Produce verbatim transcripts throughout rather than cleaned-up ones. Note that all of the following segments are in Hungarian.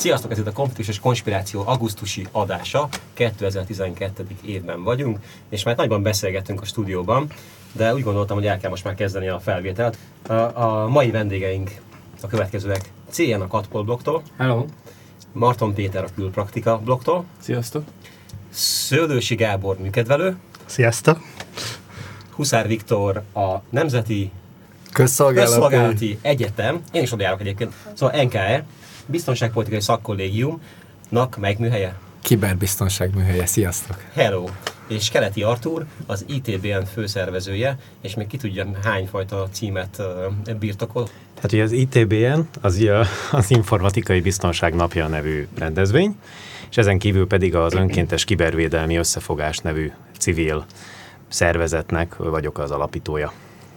Sziasztok, ez itt a Konfliktus és Konspiráció augusztusi adása, kétezer-tizenkettő. évben vagyunk, és már nagyban beszélgettünk a stúdióban, de úgy gondoltam, hogy el kell most már kezdeni a felvételt. A, a mai vendégeink a következőek: Céljen a Katpol blogtól. Hello. Marton Péter a Külpraktika blogtól. Sziasztok. Szőlősi Gábor műkedvelő. Sziasztok. Huszár Viktor a Nemzeti Közszolgálati, Közszolgálati Egyetem. Én is oda járok egyébként. Szóval en ká e, Biztonságpolitikai Szakkollégiumnak melyik műhelye? Kiberbiztonság műhelye. Sziasztok. Hello! És Keleti Artúr, az i té bé en főszervezője, és még ki tudja hányfajta címet uh, birtokol. Hát ugye az i té bé en az, az Informatikai Biztonság Napja nevű rendezvény, és ezen kívül pedig az Önkéntes Kibervédelmi Összefogás nevű civil szervezetnek vagyok az alapítója.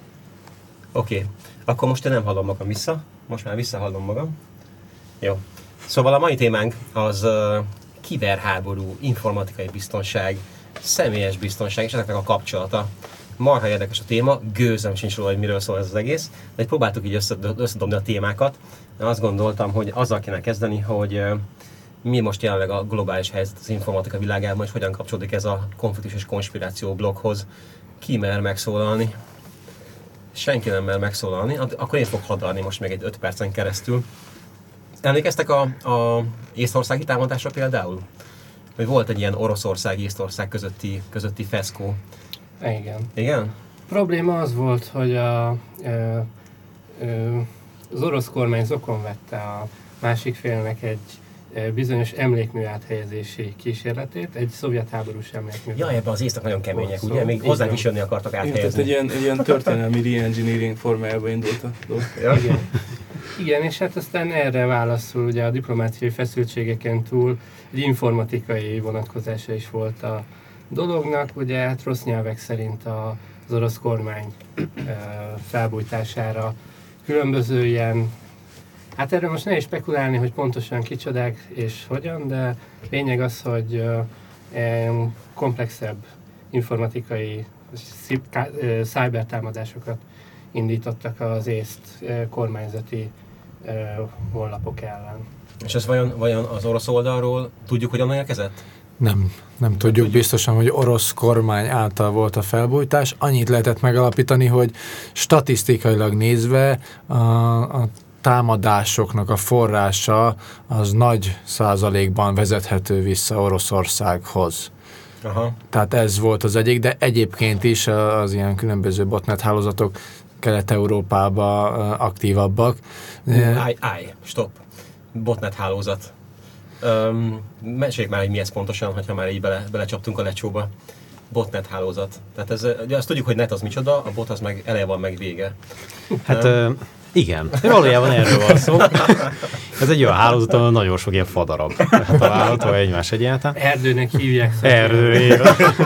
Oké, okay. Akkor most én nem hallom magam vissza, most már visszahallom magam. Jó. Szóval a mai témánk az uh, kiberháború, informatikai biztonság, személyes biztonság és ezeknek a kapcsolata. Marha érdekes a téma, gőzöm sincs róla, hogy miről szól ez az egész, de próbáltuk így összedobni a témákat. Azt gondoltam, hogy azzal kéne kezdeni, hogy uh, mi most jelenleg a globális helyzet az informatika világában, és hogyan kapcsolódik ez a Konfliktus és Konspiráció bloghoz. Ki mer megszólalni? Senki nem mer megszólalni, akkor én fog hadarni most még egy öt percen keresztül. Emlékeztek a, a észtországi támadásra például? Hogy volt egy ilyen Oroszország-Észtország közötti, közötti feszkó. Igen. Igen? A probléma az volt, hogy a, ö, ö, az orosz kormány zokon vette a másik félnek egy bizonyos emlékmű áthelyezési kísérletét, egy szovjet háborús emlékmű. Ja, ebben az észtek nagyon kemények, ugye? Még hozzánk is jönni akartak áthelyezni. Egy ilyen, egy ilyen történelmi re-engineering formájába indult a dolog. Ja. Igen. Igen, és hát aztán erre válaszul ugye a diplomáciai feszültségeken túl egy informatikai vonatkozása is volt a dolognak. Ugye hát rossz nyelvek szerint a, az orosz kormány e, felbújtására különböző ilyen, hát erről most ne is spekulálni, hogy pontosan kicsodák és hogyan, de lényeg az, hogy e, komplexebb informatikai cybertámadásokat indítottak az észt e, kormányzati e, honlapok ellen. És ez vajon, vajon az orosz oldalról tudjuk, hogyan érkezett? Nem, nem, nem tudjuk, tudjuk biztosan, hogy orosz kormány által volt a felbújtás. Annyit lehetett megalapítani, hogy statisztikailag nézve a, a támadásoknak a forrása az nagy százalékban vezethető vissza Oroszországhoz. Aha. Tehát ez volt az egyik, de egyébként is az ilyen különböző botnet hálózatok Kelet-Európában aktívabbak. Állj, állj, stop. Botnet hálózat. Um, meséljük már, hogy mi ez pontosan, hogyha már így bele, belecsaptunk a lecsóba. Botnet hálózat. Tehát ez, ugye azt tudjuk, hogy net az micsoda, a bot az meg eleje van, meg vége. Hát uh, igen, valójában erről van szó. Ez egy olyan hálózat, ahol nagyon sok ilyen fadarab található egymás egyáltalán. Erdőnek hívják. Erdő,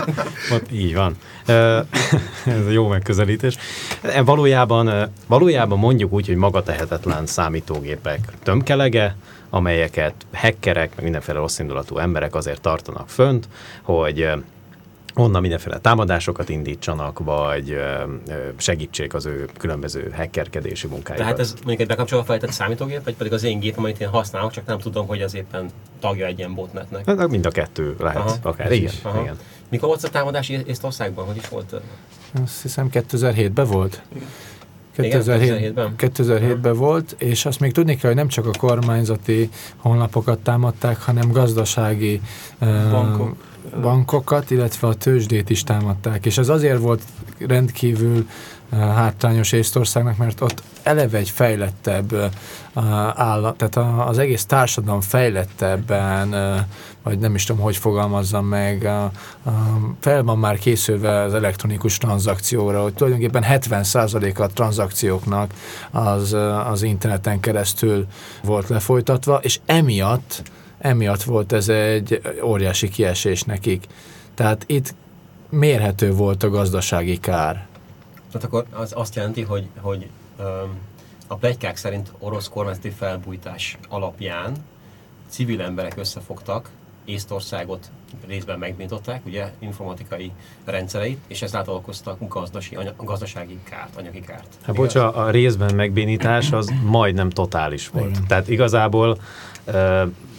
így van. Ez a jó megközelítés. Valójában, valójában mondjuk úgy, hogy magatehetetlen számítógépek tömkelege, amelyeket hackerek, meg mindenféle rosszindulatú emberek azért tartanak fönt, hogy onnan mindenféle támadásokat indítsanak, vagy segítsék az ő különböző hackerkedési munkájukat. Tehát ez mondjuk egy bekapcsolva felejtett számítógép, vagy pedig az én gép, amit én használok, csak nem tudom, hogy az éppen tagja egy ilyen botnetnek. Hát, mind a kettő lehet. Aha, akár. Igen, igen. Mikor volt a támadás Észtországban? Hogy is volt? Azt hiszem kétezer-hétben volt. kétezer-hétben? kétezer-hétben volt, és azt még tudni kell, hogy nem csak a kormányzati honlapokat támadták, hanem gazdasági Bankok. uh, bankokat, illetve a tőzsdét is támadták. És ez azért volt rendkívül uh, hátrányos Észtországnak, mert ott eleve egy fejlettebb uh, állam, tehát a, az egész társadalom fejlettebben, uh, vagy nem is tudom, hogy fogalmazzam meg, uh, uh, fel van már készülve az elektronikus tranzakcióra, hogy tulajdonképpen hetven százaléka a tranzakcióknak az, uh, az interneten keresztül volt lefolytatva, és emiatt Emiatt volt ez egy óriási kiesés nekik. Tehát itt mérhető volt a gazdasági kár. Tehát akkor az azt jelenti, hogy, hogy um, a pletykák szerint orosz kormányzati felbújtás alapján civil emberek összefogtak, Észtországot részben megbintották, ugye, informatikai rendszereit, és ezáltal okoztak gazdasi, anya, gazdasági kárt, anyagi kárt. Hát bocsa, a részben megbénítás az majdnem totális volt. Igen. Tehát igazából uh,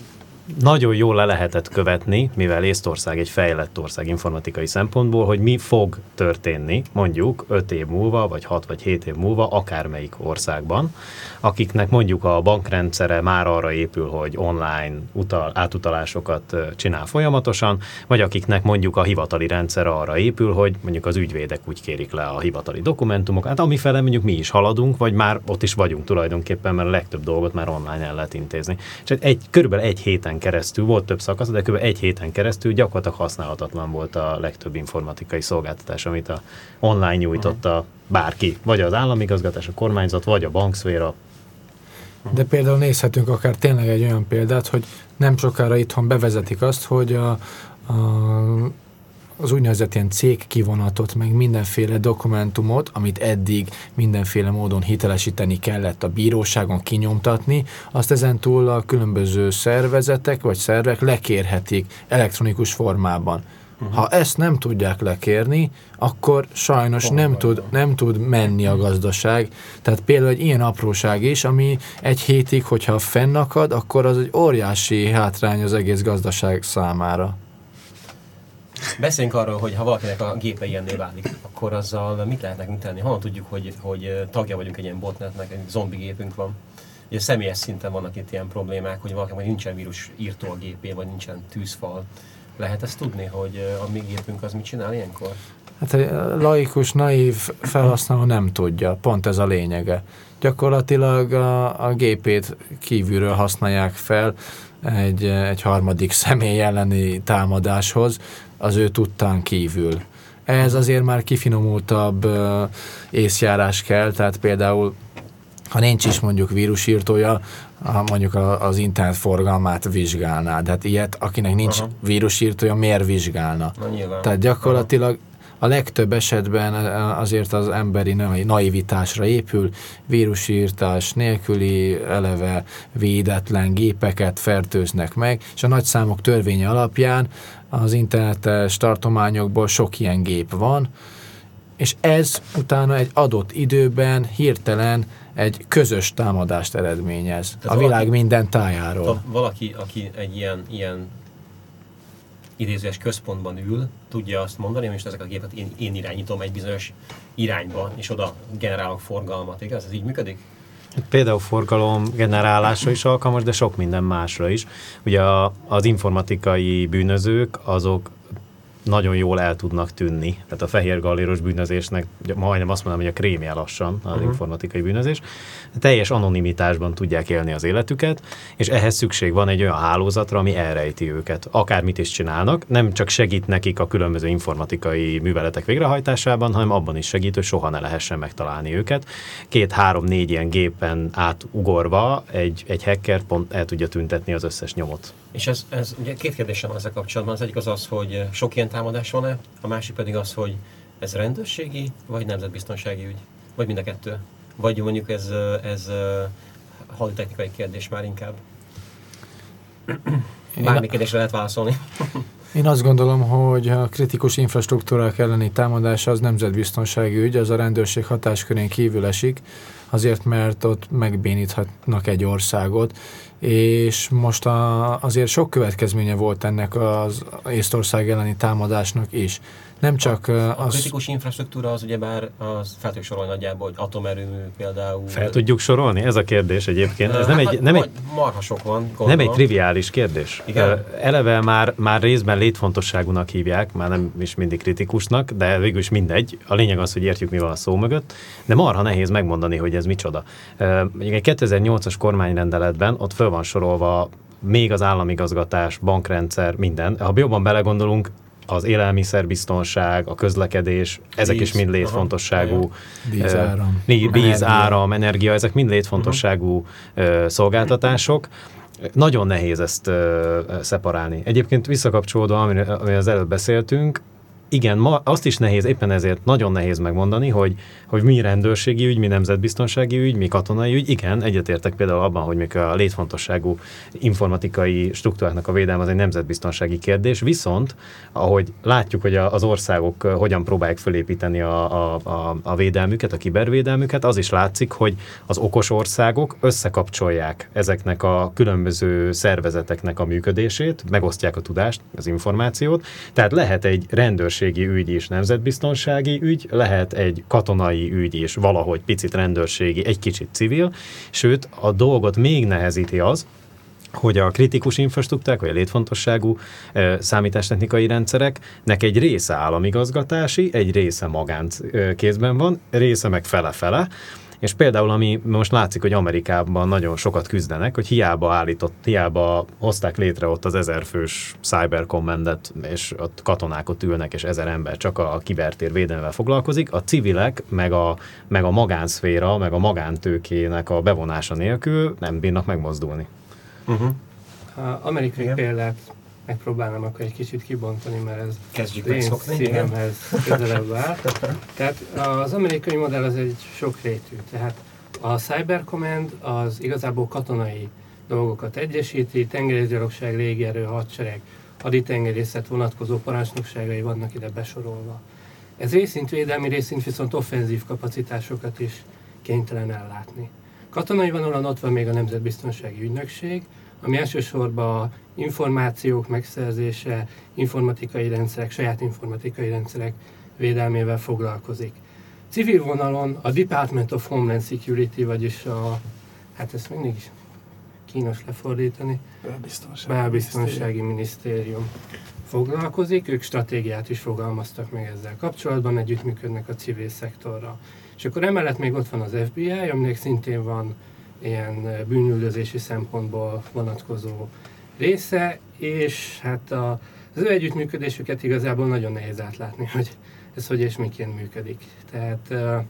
nagyon jól le lehetett követni, mivel Észtország egy fejlett ország informatikai szempontból, hogy mi fog történni mondjuk öt év múlva, vagy hat vagy hét év múlva akármelyik országban, akiknek mondjuk a bankrendszere már arra épül, hogy online utal, átutalásokat csinál folyamatosan, vagy akiknek mondjuk a hivatali rendszer arra épül, hogy mondjuk az ügyvédek úgy kérik le a hivatali dokumentumokat, hát amifele mondjuk mi is haladunk, vagy már ott is vagyunk tulajdonképpen, mert a legtöbb dolgot már online el lehet intézni. És egy, körülbelül egy héten keresztül, volt több szakasz, de kb. Egy héten keresztül gyakorlatilag használhatatlan volt a legtöbb informatikai szolgáltatás, amit a online nyújtotta bárki, vagy az államigazgatás, a kormányzat, vagy a bankszféra. De például nézhetünk akár tényleg egy olyan példát, hogy nem sokára itthon bevezetik azt, hogy a, a az úgynevezett ilyen cégkivonatot, meg mindenféle dokumentumot, amit eddig mindenféle módon hitelesíteni kellett a bíróságon kinyomtatni, azt ezentúl a különböző szervezetek vagy szervek lekérhetik elektronikus formában. Uh-huh. Ha ezt nem tudják lekérni, akkor sajnos nem tud, nem tud menni a gazdaság. Tehát például egy ilyen apróság is, ami egy hétig, hogyha fennakad, akkor az egy óriási hátrány az egész gazdaság számára. Beszéljünk arról, hogy ha valakinek a gépe ilyenné válik, akkor azzal mit lehet nekünk tenni? Honnan tudjuk, hogy, hogy tagja vagyunk egy ilyen botnetnek, egy zombi gépünk van? Ugye személyes szinten vannak itt ilyen problémák, hogy valakinek nincsen vírus írtó a gépén, vagy nincsen tűzfal. Lehet ezt tudni, hogy a mi gépünk az mit csinál ilyenkor? Hát egy laikus, naív felhasználó nem tudja, pont ez a lényege. Gyakorlatilag a, a gépét kívülről használják fel egy, egy harmadik személy elleni támadáshoz, az ő tudtán kívül. Ehhez azért már kifinomultabb uh, észjárás kell, tehát például, ha nincs is mondjuk vírusírtója, mondjuk a, az internet forgalmát vizsgálná. De hát ilyet, akinek nincs Aha. vírusírtója, miért vizsgálna? Na, tehát gyakorlatilag a legtöbb esetben azért az emberi naivitásra épül, vírusírtás nélküli, eleve védetlen gépeket fertőznek meg, és a nagyszámok törvénye alapján az internetes tartományokból sok ilyen gép van, és ez utána egy adott időben hirtelen egy közös támadást eredményez. Tehát a világ valaki, minden tájáról. Valaki, aki egy ilyen, ilyen idézőes központban ül, tudja azt mondani, hogy ezek a gépet én, én irányítom egy bizonyos irányba, és oda generálok forgalmat, igaz? Ez így működik? Például forgalom generálásra is alkalmas, de sok minden másra is. Ugye a, az informatikai bűnözők, azok nagyon jól el tudnak tűnni. Tehát a fehér galléros bűnözésnek, majdnem azt mondom, hogy a krémje lassan az uh-huh. informatikai bűnözés. Teljes anonimitásban tudják élni az életüket, és ehhez szükség van egy olyan hálózatra, ami elrejti őket. Akármit is csinálnak, nem csak segít nekik a különböző informatikai műveletek végrehajtásában, hanem abban is segít, hogy soha ne lehessen megtalálni őket. Két, három, négy ilyen gépen átugorva egy, egy hacker pont el tudja tüntetni az összes nyomot. És ez, ez ugye két kérdésem van ezzel kapcsolatban. Az egyik az az, hogy sok ilyen támadás van-e, a másik pedig az, hogy ez rendőrségi, vagy nemzetbiztonsági ügy? Vagy mind a kettő? Vagy mondjuk ez, ez haditechnikai kérdés már inkább? Bármi kérdésre lehet válaszolni. Én azt gondolom, hogy a kritikus infrastruktúrák elleni támadása az nemzetbiztonsági ügy, az a rendőrség hatáskörén kívül esik, azért mert ott megbéníthatnak egy országot, és most a, azért sok következménye volt ennek az Észtország elleni támadásnak is. Nem csak a, az... A kritikus infrastruktúra az ugyebár az fel tudjuk sorolni nagyjából, hogy atomerőmű például... Fel tudjuk sorolni? Ez a kérdés egyébként. Ez nem egy, nem egy, marha sok van, gondolom. Nem egy triviális kérdés. Igen? Eleve már, már részben létfontosságúnak hívják, már nem is mindig kritikusnak, de végül is mindegy. A lényeg az, hogy értjük, mi van a szó mögött, de marha nehéz megmondani, hogy ez micsoda. Egy kétezer-nyolcas kormányrendeletben ott föl van sorolva még az államigazgatás, bankrendszer, minden. Ha jobban belegondolunk, az élelmiszerbiztonság, a közlekedés, ezek víz, is mind létfontosságú. Víz, áram. Víz, energia. áram, energia, ezek mind létfontosságú uh-huh. szolgáltatások. Nagyon nehéz ezt uh, szeparálni. Egyébként visszakapcsolódva, amire az előbb beszéltünk, igen, ma azt is nehéz, éppen ezért nagyon nehéz megmondani, hogy, hogy mi rendőrségi ügy, mi nemzetbiztonsági ügy, mi katonai ügy. Igen, egyetértek például abban, hogy még a létfontosságú informatikai struktúráknak a védelme az egy nemzetbiztonsági kérdés, viszont ahogy látjuk, hogy az országok hogyan próbálják fölépíteni a, a, a, a védelmüket, a kibervédelmüket, az is látszik, hogy az okos országok összekapcsolják ezeknek a különböző szervezeteknek a működését, megosztják a tudást, az információt, tehát lehet egy rendőrségi ügy és nemzetbiztonsági ügy, lehet egy katonai ügy és valahogy picit rendőrségi, egy kicsit civil, sőt a dolgot még nehezíti az, hogy a kritikus infrastruktúrák, vagy a létfontosságú e, számítástechnikai rendszereknek egy része államigazgatási, egy része magánkézben van, része meg fele-fele, és például, ami most látszik, hogy Amerikában nagyon sokat küzdenek, hogy hiába állított, hiába hozták létre ott az ezerfős Cyber Command-et, és ott katonák ott ülnek, és ezer ember csak a kibertér védelmével foglalkozik, a civilek, meg a, meg a magánszféra, meg a magántőkének a bevonása nélkül nem bírnak megmozdulni. Uh-huh. A amerikai Igen. példát megpróbálnám akkor egy kicsit kibontani, mert ez Kezdjük az én megszokni. szívemhez közelebb áll. Tehát az amerikai modell az egy sokrétű. Tehát a Cyber Command az igazából katonai dolgokat egyesíti, tengerészgyalogság, légierő, hadsereg, haditengerészet vonatkozó parancsnokságai vannak ide besorolva. Ez részint védelmi, részint viszont offenzív kapacitásokat is kénytelen ellátni. Katonai vonalon ott van még a Nemzetbiztonsági Ügynökség, ami elsősorban információk megszerzése, informatikai rendszerek, saját informatikai rendszerek védelmével foglalkozik. Civil vonalon a Department of Homeland Security, vagyis a, hát ezt mindig kínos lefordítani, Belbiztonsági, Belbiztonsági Minisztérium foglalkozik, ők stratégiát is fogalmaztak meg ezzel kapcsolatban, együttműködnek a civil szektorral. És akkor emellett még ott van az ef bé i, aminek szintén van ilyen bűnüldözési szempontból vonatkozó része, és hát a, az ő együttműködésüket igazából nagyon nehéz átlátni, hogy ez hogy és miként működik. Tehát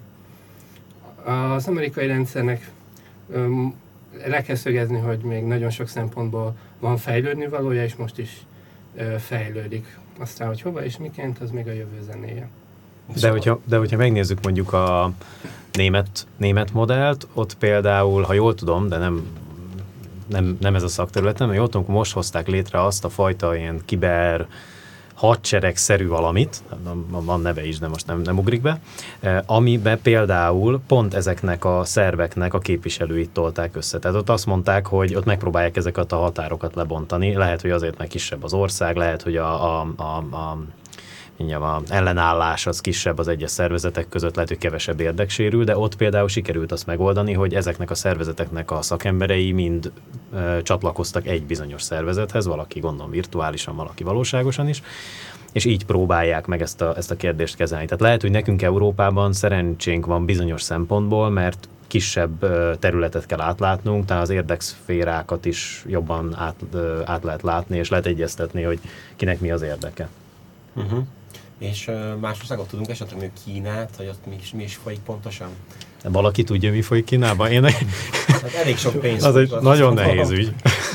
az amerikai rendszernek le kell szögezni, hogy még nagyon sok szempontból van fejlődni valója, és most is fejlődik. Aztán, hogy hova és miként, az még a jövő zenéje. De hogyha, de hogyha megnézzük mondjuk a német, német modellt, ott például, ha jól tudom, de nem, nem, nem ez a szakterületem, mert jól tudom, most hozták létre azt a fajta ilyen kiber hadsereg-szerű valamit, van neve is, de most nem, nem ugrik be, amiben például pont ezeknek a szerveknek a képviselőit tolták össze. Tehát ott azt mondták, hogy ott megpróbálják ezeket a határokat lebontani, lehet, hogy azért meg kisebb az ország, lehet, hogy a, a, a, a Mindjárt az ellenállás az kisebb az egyes szervezetek között, lehet, hogy kevesebb érdek sérül, de ott például sikerült azt megoldani, hogy ezeknek a szervezeteknek a szakemberei mind ö, csatlakoztak egy bizonyos szervezethez, valaki gondolom virtuálisan, valaki valóságosan is, és így próbálják meg ezt a, ezt a kérdést kezelni. Tehát lehet, hogy nekünk Európában szerencsénk van bizonyos szempontból, mert kisebb területet kell átlátnunk, tehát az érdekszférákat is jobban át, át lehet látni, és lehet egyeztetni, hogy kinek mi az érdeke. Uh-huh. És uh, más országot tudunk esetleg, hogy Kínát, hogy ott mi is, mi is folyik pontosan? De valaki tudja, mi folyik Kínában? Én... Hát elég sok pénz. Az egy nagyon nehéz ügy.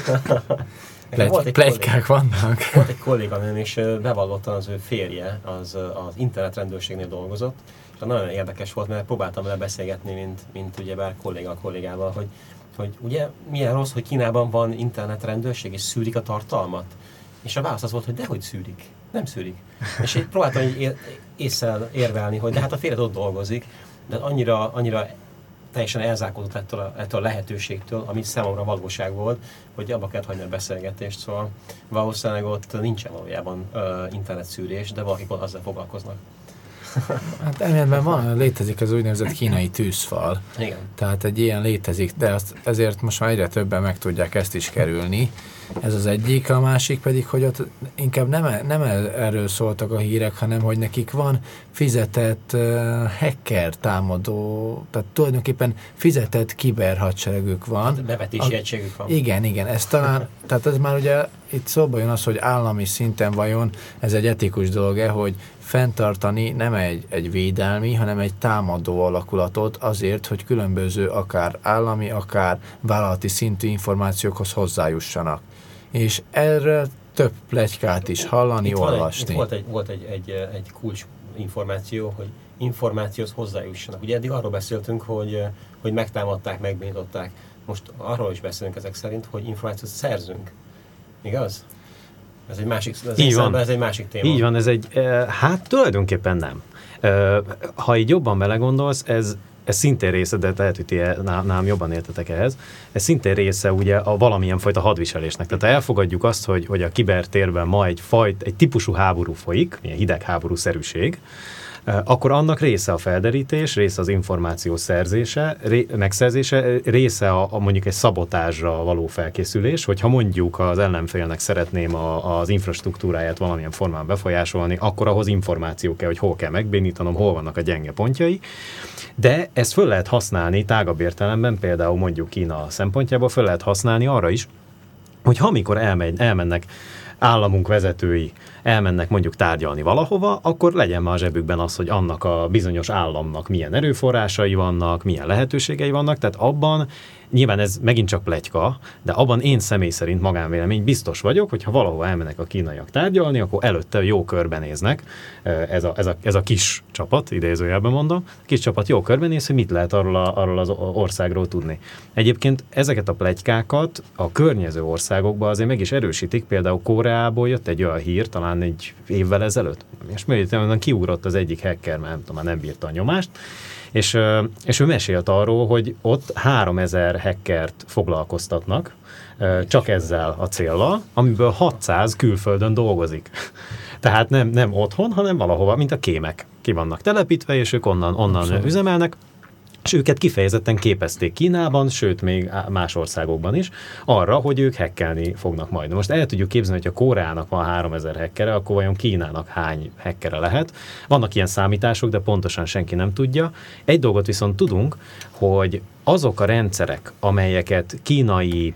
Pletykák vannak. Volt egy kollégám, és bevallottan az ő férje, az, az internetrendőrségnél dolgozott, és nagyon érdekes volt, mert próbáltam vele beszélgetni, mint, mint ugyebár kolléga a kollégával, hogy, hogy ugye milyen rossz, hogy Kínában van internetrendőrség, és szűrik a tartalmat. És a válasz az volt, hogy dehogy szűrik. Nem szűrik. És én próbáltam ér, észszel érvelni, hogy de hát a férjed ott dolgozik, de annyira, annyira teljesen elzárkódott ettől a, ettől a lehetőségtől, ami számomra valóság volt, hogy abba kellett hagyni a beszélgetést, szóval valószínűleg ott nincsen valójában uh, internetszűrés, de valakik azzal foglalkoznak. Hát elméletben van, létezik az úgynevezett kínai tűzfal. Igen. Tehát egy ilyen létezik, de azt, ezért most már egyre többen meg tudják ezt is kerülni. Ez az egyik, a másik pedig, hogy ott inkább nem, nem erről szóltak a hírek, hanem hogy nekik van fizetett uh, hacker támadó, tehát tulajdonképpen fizetett kiberhadseregük van. Bevetési a, egységük van. Igen, igen, ez talán, tehát ez már ugye itt szóba jön az, hogy állami szinten vajon ez egy etikus dolog-e, hogy fenntartani nem egy, egy védelmi, hanem egy támadó alakulatot azért, hogy különböző akár állami, akár vállalati szintű információkhoz hozzájussanak. És erre több pletykát is hallani, itt van olvasni. Egy, itt volt egy, volt egy, egy, egy kulcs információ, hogy információhoz hozzájussanak. Ugye eddig arról beszéltünk, hogy, hogy megtámadták, megbénították. Most arról is beszélünk ezek szerint, hogy információt szerzünk. Igaz? Ez egy másik, ez így van. ez egy másik téma. Így van, ez egy, hát tulajdonképpen nem. Ha így jobban belegondolsz, ez, ez szintén része, de lehet, hogy ti nálam jobban értetek ehhez, ez szintén része ugye a valamilyen fajta hadviselésnek. Tehát elfogadjuk azt, hogy, hogy a kibertérben ma egy, fajt, egy típusú háború folyik, ilyen hidegháború-szerűség, akkor annak része a felderítés, része az információ szerzése, ré, megszerzése, része a, a mondjuk egy szabotázsra való felkészülés, hogyha mondjuk az ellenfélnek szeretném a, az infrastruktúráját valamilyen formán befolyásolni, akkor ahhoz információ kell, hogy hol kell megbénítanom, hol vannak a gyenge pontjai, de ezt föl lehet használni tágabb értelemben, például mondjuk Kína szempontjából föl lehet használni arra is, hogy ha amikor elmegy, elmennek államunk vezetői elmennek mondjuk tárgyalni valahova, akkor legyen már a zsebükben az, hogy annak a bizonyos államnak milyen erőforrásai vannak, milyen lehetőségei vannak, tehát abban, nyilván ez megint csak pletyka, de abban én személy szerint magánvélemény biztos vagyok, hogy ha valahova elmennek a kínaiak tárgyalni, akkor előtte jó körbenéznek, ez a, ez a, ez a kis csapat, idézőjelben mondom, a kis csapat jó körbenéz, hogy mit lehet arról, a, arról az országról tudni. Egyébként ezeket a pletykákat a környező országokban azért meg is erősítik, például Koreából jött egy olyan hír, talán egy évvel ezelőtt, és mondjuk kiugrott az egyik hacker, mert nem tudom, már nem bírta a nyomást, és, és ő mesélt arról, hogy ott háromezer hackert foglalkoztatnak, csak ezzel a céllal, amiből hatszáz külföldön dolgozik. Tehát nem, nem otthon, hanem valahova, mint a kémek. Ki vannak telepítve, és ők onnan, onnan Abszolút. üzemelnek, és őket kifejezetten képezték Kínában, sőt még más országokban is, arra, hogy ők hackelni fognak majd. Most el tudjuk képzelni, hogy a Koreának van háromezer hackere, akkor vajon Kínának hány hackere lehet. Vannak ilyen számítások, de pontosan senki nem tudja. Egy dolgot viszont tudunk, hogy azok a rendszerek, amelyeket kínai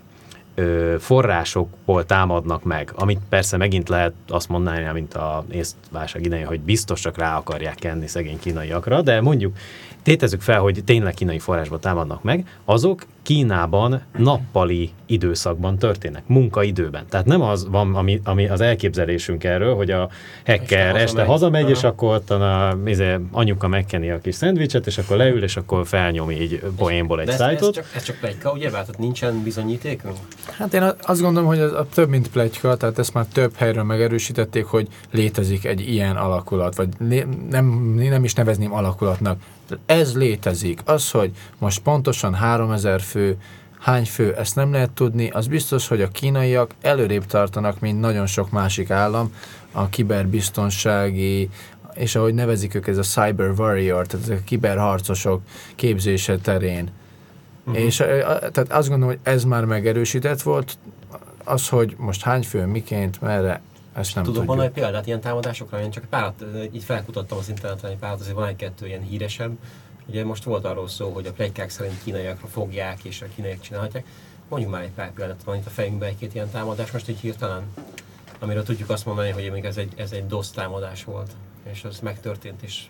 ö, forrásokból támadnak meg, amit persze megint lehet azt mondani, mint a észtválság idején, hogy biztos csak rá akarják kenni szegény kínaiakra, de mondjuk tétezzük fel, hogy tényleg kínai forrásból támadnak meg, azok Kínában nappali időszakban történnek, munkaidőben. Tehát nem az van, ami, ami az elképzelésünk erről, hogy a hacker este, este hazamegy, és akkor ott a, izé, anyuka megkeni a kis szendvicset, és akkor leül, és akkor felnyom így poénból egy szájtot. Ez, ez csak pletyka, ugye? Tehát nincsen bizonyítékunk? Hát én azt gondolom, hogy az a több, mint pletyka, tehát ezt már több helyről megerősítették, hogy létezik egy ilyen alakulat, vagy nem, nem is nevezném alakulatnak. Ez létezik. Az, hogy most pontosan háromezer fő, hány fő, ezt nem lehet tudni, az biztos, hogy a kínaiak előrébb tartanak, mint nagyon sok másik állam, a kiberbiztonsági, és ahogy nevezik ők, ez a cyber warrior, tehát ezek a kiberharcosok képzése terén. Uh-huh. És tehát azt gondolom, hogy ez már megerősített volt, az, hogy most hány fő, miként, merre, ezt nem Tudom, tudjuk. van egy példát ilyen támadásokra, én csak párat, így felkutattam az interneten egy párat, azért van egy-kettő ilyen híresebb. Ugye most volt arról szó, hogy a pletykák szerint kínaiakra fogják, és a kínaiak csinálhatják. Mondjuk már egy pár példát, van itt a fejünkben egy-két ilyen támadás, most így hirtelen, amiről tudjuk azt mondani, hogy még ez egy, ez egy DOS támadás volt, és az megtörtént is.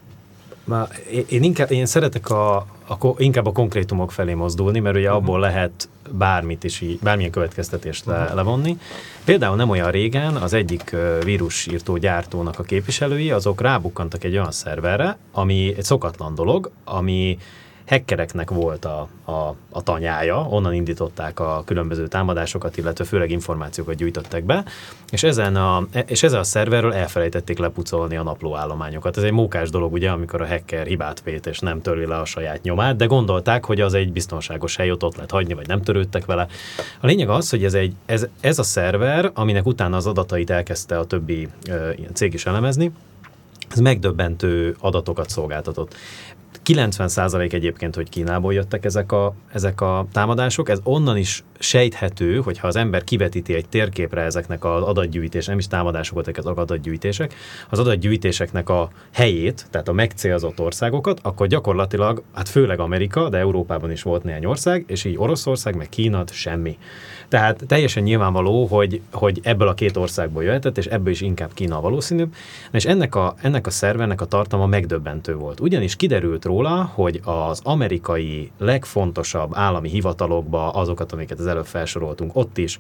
Már én, inkább, én szeretek a, a, inkább a konkrétumok felé mozdulni, mert ugye abból lehet bármit is, bármilyen következtetést le, levonni. Például nem olyan régen az egyik vírusírtó gyártónak a képviselői, azok rábukkantak egy olyan szerverre, ami egy szokatlan dolog, ami hackereknek volt a, a, a tanyája, onnan indították a különböző támadásokat, illetve főleg információkat gyűjtöttek be, és ezen a, és ezen a szerverről elfelejtették lepucolni a naplóállományokat. Ez egy mókás dolog, ugye, amikor a hacker hibát vét, és nem törli le a saját nyomát, de gondolták, hogy az egy biztonságos hely, ott lehet hagyni, vagy nem törődtek vele. A lényeg az, hogy ez, egy, ez, ez a szerver, aminek utána az adatait elkezdte a többi ö, cég is elemezni, ez megdöbbentő adatokat szolgáltatott. kilencven százalék egyébként, hogy Kínából jöttek ezek a, ezek a támadások. Ez onnan is sejthető, hogyha az ember kivetíti egy térképre ezeknek az adatgyűjtés, nem is támadások voltak az adatgyűjtések, az adatgyűjtéseknek a helyét, tehát a megcélzott országokat, akkor gyakorlatilag, hát főleg Amerika, de Európában is volt néhány ország, és így Oroszország, meg Kína, semmi. Tehát teljesen nyilvánvaló, hogy, hogy ebből a két országból jöhetett, és ebből is inkább Kína a valószínűbb. És ennek a, ennek a szervernek a tartalma megdöbbentő volt. Ugyanis kiderült róla, hogy az amerikai legfontosabb állami hivatalokba, azokat, amiket az előbb felsoroltunk, ott is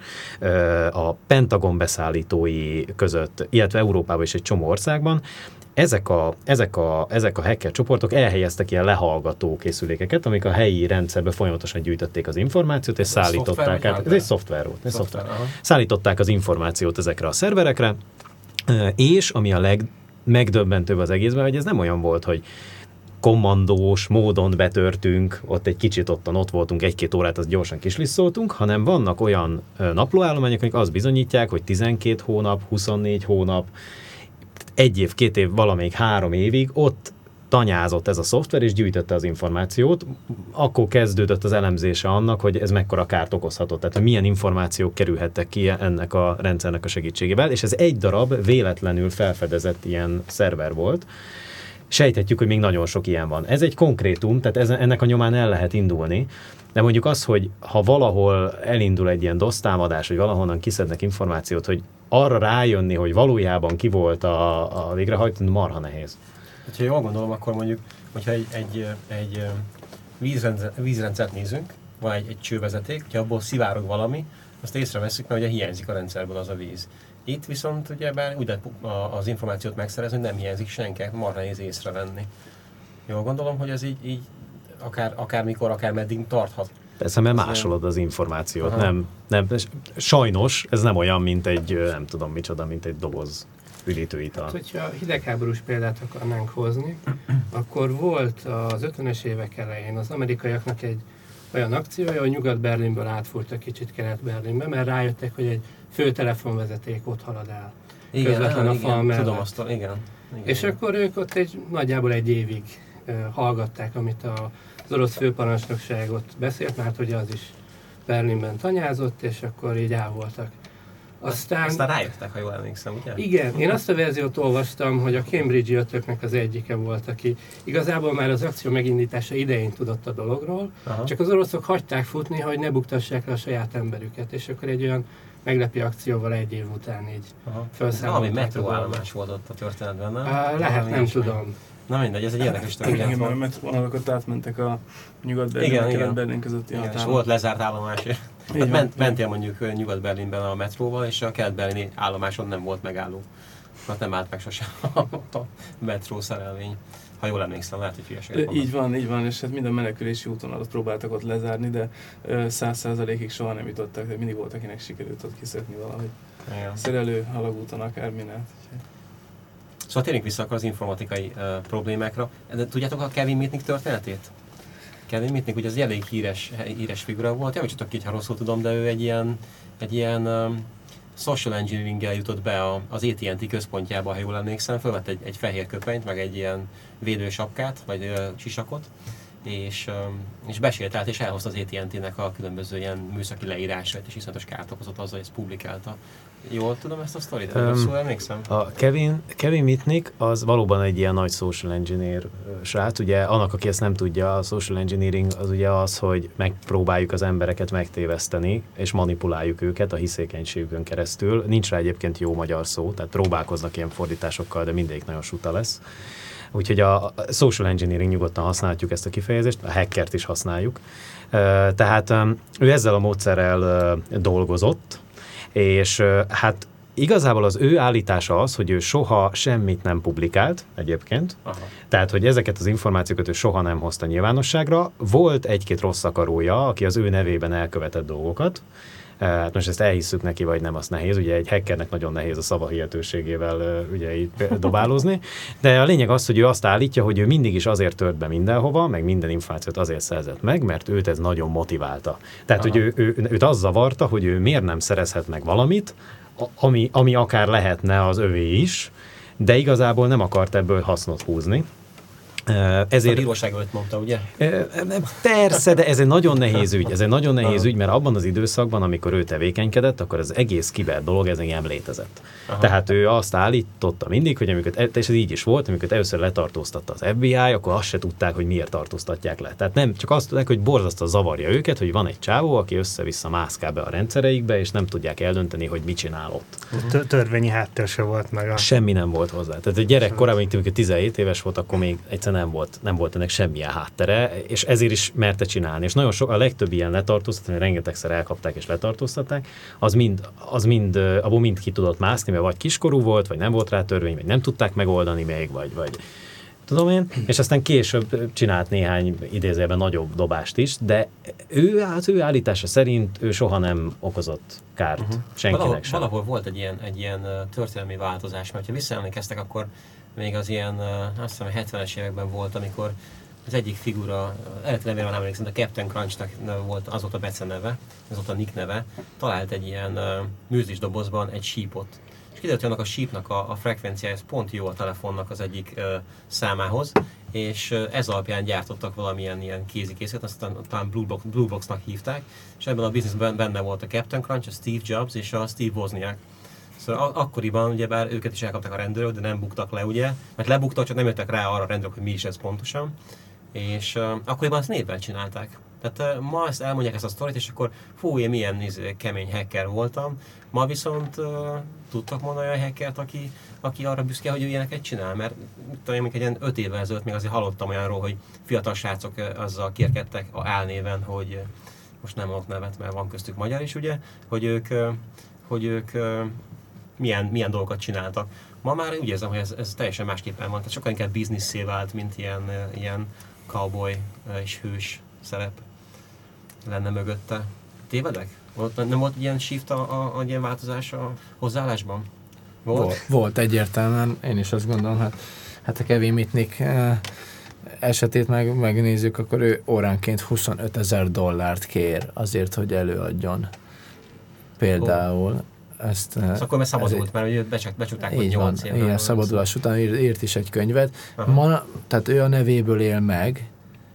a Pentagon beszállítói között, illetve Európában is egy csomó országban, Ezek a, ezek, a, ezek a hacker csoportok elhelyeztek ilyen lehallgató készülékeket, amik a helyi rendszerbe folyamatosan gyűjtötték az információt, és ez szállították át. Ez egy szoftver volt. Egy szoftver. Szoftver. Szállították az információt ezekre a szerverekre, és ami a legmegdöbbentőbb az egészben, hogy ez nem olyan volt, hogy kommandós módon betörtünk, ott egy kicsit ottan ott voltunk, egy-két órát azt gyorsan kislisszoltunk, hanem vannak olyan naplóállományok, amik azt bizonyítják, hogy tizenkét hónap, huszonnégy hónap, egy év, két év, valamelyik három évig ott tanyázott ez a szoftver, és gyűjtötte az információt. Akkor kezdődött az elemzése annak, hogy ez mekkora kárt okozhatott, tehát hogy milyen információk kerülhettek ki ennek a rendszernek a segítségével, és ez egy darab véletlenül felfedezett ilyen szerver volt. Sejthetjük, hogy még nagyon sok ilyen van. Ez egy konkrétum, tehát ez, ennek a nyomán el lehet indulni, de mondjuk az, hogy ha valahol elindul egy ilyen DOS támadás, hogy valahonnan kiszednek információt, hogy arra rájönni, hogy valójában ki volt a, a végrehajtó, marha nehéz. Ha jól gondolom, akkor mondjuk, hogyha egy, egy, egy vízrendszer, vízrendszert nézünk, van egy, egy csővezeték, hogyha abból szivárog valami, azt észreveszünk, mert ugye hiányzik a rendszerből az a víz. Itt viszont ugye bár úgy lehet az információt megszerezni, hogy nem hiányzik senki, marha nehéz észrevenni. Jól gondolom, hogy ez így, így akár, akármikor, akár meddig tarthat. Persze, mert másolod az információt. Nem, nem, sajnos ez nem olyan, mint egy, nem tudom micsoda, mint egy doboz üdítőital. Hát, hogyha hidegháborús példát akarnánk hozni, akkor volt az ötvenes évek elején az amerikaiaknak egy olyan akciója, hogy Nyugat-Berlinből átfúrtak kicsit Kelet-Berlinbe, mert rájöttek, hogy egy főtelefonvezeték ott halad el. Igen, közvetlen a fal mellett. Tudom azt, igen, igen. És akkor ők ott egy, nagyjából egy évig uh, hallgatták, amit a, az orosz főparancsnokság ott beszélt, mert ugye az is Berlinben tanyázott, és akkor így el voltak. Aztán, Aztán rájöttek, ha jól emlékszem, ugye? Igen, én azt a verziót olvastam, hogy a Cambridge-i ötöknek az egyike volt, aki igazából már az akció megindítása idején tudott a dologról, aha, csak az oroszok hagyták futni, hogy ne buktassák le a saját emberüket, és akkor egy olyan meglepő akcióval egy év után így felszámolták. Valami metróállomás volt ott a történetben, nem? Uh, lehet, nem tudom. Na mindegy, ez egy érdekes történet. Igen, mert a metróvonalakat átmentek a Nyugat-Berlin, a Kelet-Berlin közötti határon. És volt lezárt állomás. Hát ment, mentél mondjuk Nyugat-Berlinben a metróval, és a Kelet-Berlini állomáson nem volt megálló. Hát nem állt meg sosem a metró szerelvény. Ha jól emlékszem, lehet, hogy hülyeséget mondom. Így van, így van, és hát minden menekülési úton próbáltak ott lezárni, de száz százalékig soha nem jutottak, de mindig volt, akinek sikerült ott kiszökni valahogy. Igen. Szerelő, alagúton, akárminát. Szóval térjünk vissza akkor az informatikai uh, problémákra. De tudjátok a Kevin Mitnick történetét? Kevin Mitnick, ugye az elég híres, híres figura volt, javítsatok ki, ha rosszul tudom, de ő egy ilyen, egy ilyen um, social engineering-gel jutott be a, az á té and té központjába, ha jól emlékszem, fölvett egy, egy fehér köpenyt, meg egy ilyen védősapkát, vagy uh, sisakot, és, um, és besétált, és elhozta az á té and té-nek a különböző ilyen műszaki leírásait, és iszonyatos kárt okozott azzal, hogy ezt publikálta. Jól tudom ezt a sztorit? Um, rosszul emlékszem? A Kevin, Kevin Mitnick az valóban egy ilyen nagy social engineer srác. Ugye annak, aki ezt nem tudja, a social engineering az ugye az, hogy megpróbáljuk az embereket megtéveszteni, és manipuláljuk őket a hiszékenységükön keresztül. Nincs rá egyébként jó magyar szó, tehát próbálkoznak ilyen fordításokkal, de mindegyik nagyon suta lesz. Úgyhogy a social engineering nyugodtan használhatjuk ezt a kifejezést, a hackert is használjuk. Tehát ő ezzel a módszerrel dolgozott, és hát igazából az ő állítása az, hogy ő soha semmit nem publikált egyébként, aha, tehát hogy ezeket az információkat ő soha nem hozta nyilvánosságra. Volt egy-két rossz akarója, aki az ő nevében elkövetett dolgokat. Hát most ezt elhisszük neki, vagy nem, az nehéz. Ugye egy hackernek nagyon nehéz a szavahihetőségével ugye így dobálózni. De a lényeg az, hogy ő azt állítja, hogy ő mindig is azért tört be mindenhova, meg minden információt azért szerzett meg, mert őt ez nagyon motiválta. Tehát, aha, hogy ő, ő, őt az zavarta, hogy ő miért nem szerezhet meg valamit, ami, ami akár lehetne az övé is, de igazából nem akart ebből hasznot húzni. Ezért, a bíróság előtt mondta, ugye? Persze, de ez egy nagyon nehéz ügy. Ez egy nagyon nehéz ügy, mert abban az időszakban, amikor ő tevékenykedett, akkor az egész kiber dolog ez nem létezett. Aha. Tehát ő azt állította mindig, hogy amikor, és ez így is volt, amikor először letartóztatta az ef bé i, akkor azt se tudták, hogy miért tartóztatják le. Tehát nem, csak azt tudták, hogy borzasztóan zavarja őket, hogy van egy csávó, aki össze-vissza mászkál be a rendszereikbe, és nem tudják eldönteni, hogy mit csinál ott. Uh-huh. Törvényi háttér se volt meg. A... Semmi nem volt hozzá. Tehát a gyerek korábban, amikor tizenhét éves volt, akkor még egyszerűen nem volt, nem volt ennek semmilyen háttere, és ezért is merte csinálni. És nagyon sok, a legtöbb ilyen letartóztatás, rengetegszer elkapták és letartóztatták, az mind, az mind, abból mind ki tudott mászni, mert vagy kiskorú volt, vagy nem volt rá törvény, vagy nem tudták megoldani még, vagy, vagy tudom én, és aztán később csinált néhány idézőjelben nagyobb dobást is, de ő, az ő állítása szerint ő soha nem okozott kárt uh-huh. senkinek valahol, sem. Valahol volt egy ilyen, egy ilyen történelmi változás, mert ha visszaemlékeztek, akkor még az ilyen, azt hiszem, a hetvenes években volt, amikor az egyik figura, eredeti nevére nem emlékszem, de Captain Crunchnak volt, az volt a beceneve, az volt a nick neve, talált egy ilyen uh, műzlis dobozban egy sípot. És kiderült, hogy annak a sípnak a, a frekvenciája pont jó a telefonnak az egyik uh, számához, és uh, ez alapján gyártottak valamilyen ilyen kézikészítőt, aztán talán Blue, Box, Blue Boxnak hívták, és ebben a bizniszben benne volt a Captain Crunch, a Steve Jobs és a Steve Wozniak. Szóval akkoriban ugyebár őket is elkapták a rendőrök, de nem buktak le, ugye? Mert lebuktak, csak nem jöttek rá arra a rendőrök, hogy mi is ez pontosan. És uh, akkoriban ezt névvel csinálták. Tehát uh, ma ezt elmondják ezt a sztorit, és akkor fú, én milyen izé, kemény hacker voltam. Ma viszont uh, tudtak mondani olyan hackert, aki, aki arra büszke, hogy ő ilyeneket csinál. Mert talán egy ilyen öt évvel ezelőtt még azért hallottam olyanról, hogy fiatal srácok uh, azzal kérkedtek a álnéven, hogy uh, most nem mondok nevet, mert van köztük magyar is, ugye, hogy ők, uh, hogy ők uh, milyen, milyen dolgokat csináltak. Ma már úgy érzem, hogy ez, ez teljesen másképpen van, tehát sokkal inkább bizniszé vált, mint ilyen, uh, ilyen cowboy és hős szerep lenne mögötte. Tévedek? Volt, nem volt ilyen shift, a, a, a ilyen változás a hozzáállásban? Volt? Volt, volt egyértelműen, én is azt gondolom, hát, hát a Kevin Mitnick eh, esetét meg, megnézzük, akkor ő óránként huszonöt ezer dollárt kér azért, hogy előadjon. Például. Oh. Ezt, szóval akkor már szabadult, mert őt becsukták, hogy nyolc évben. Igen, szabadulás után írt, írt is egy könyvet. Ma, tehát ő a nevéből él meg,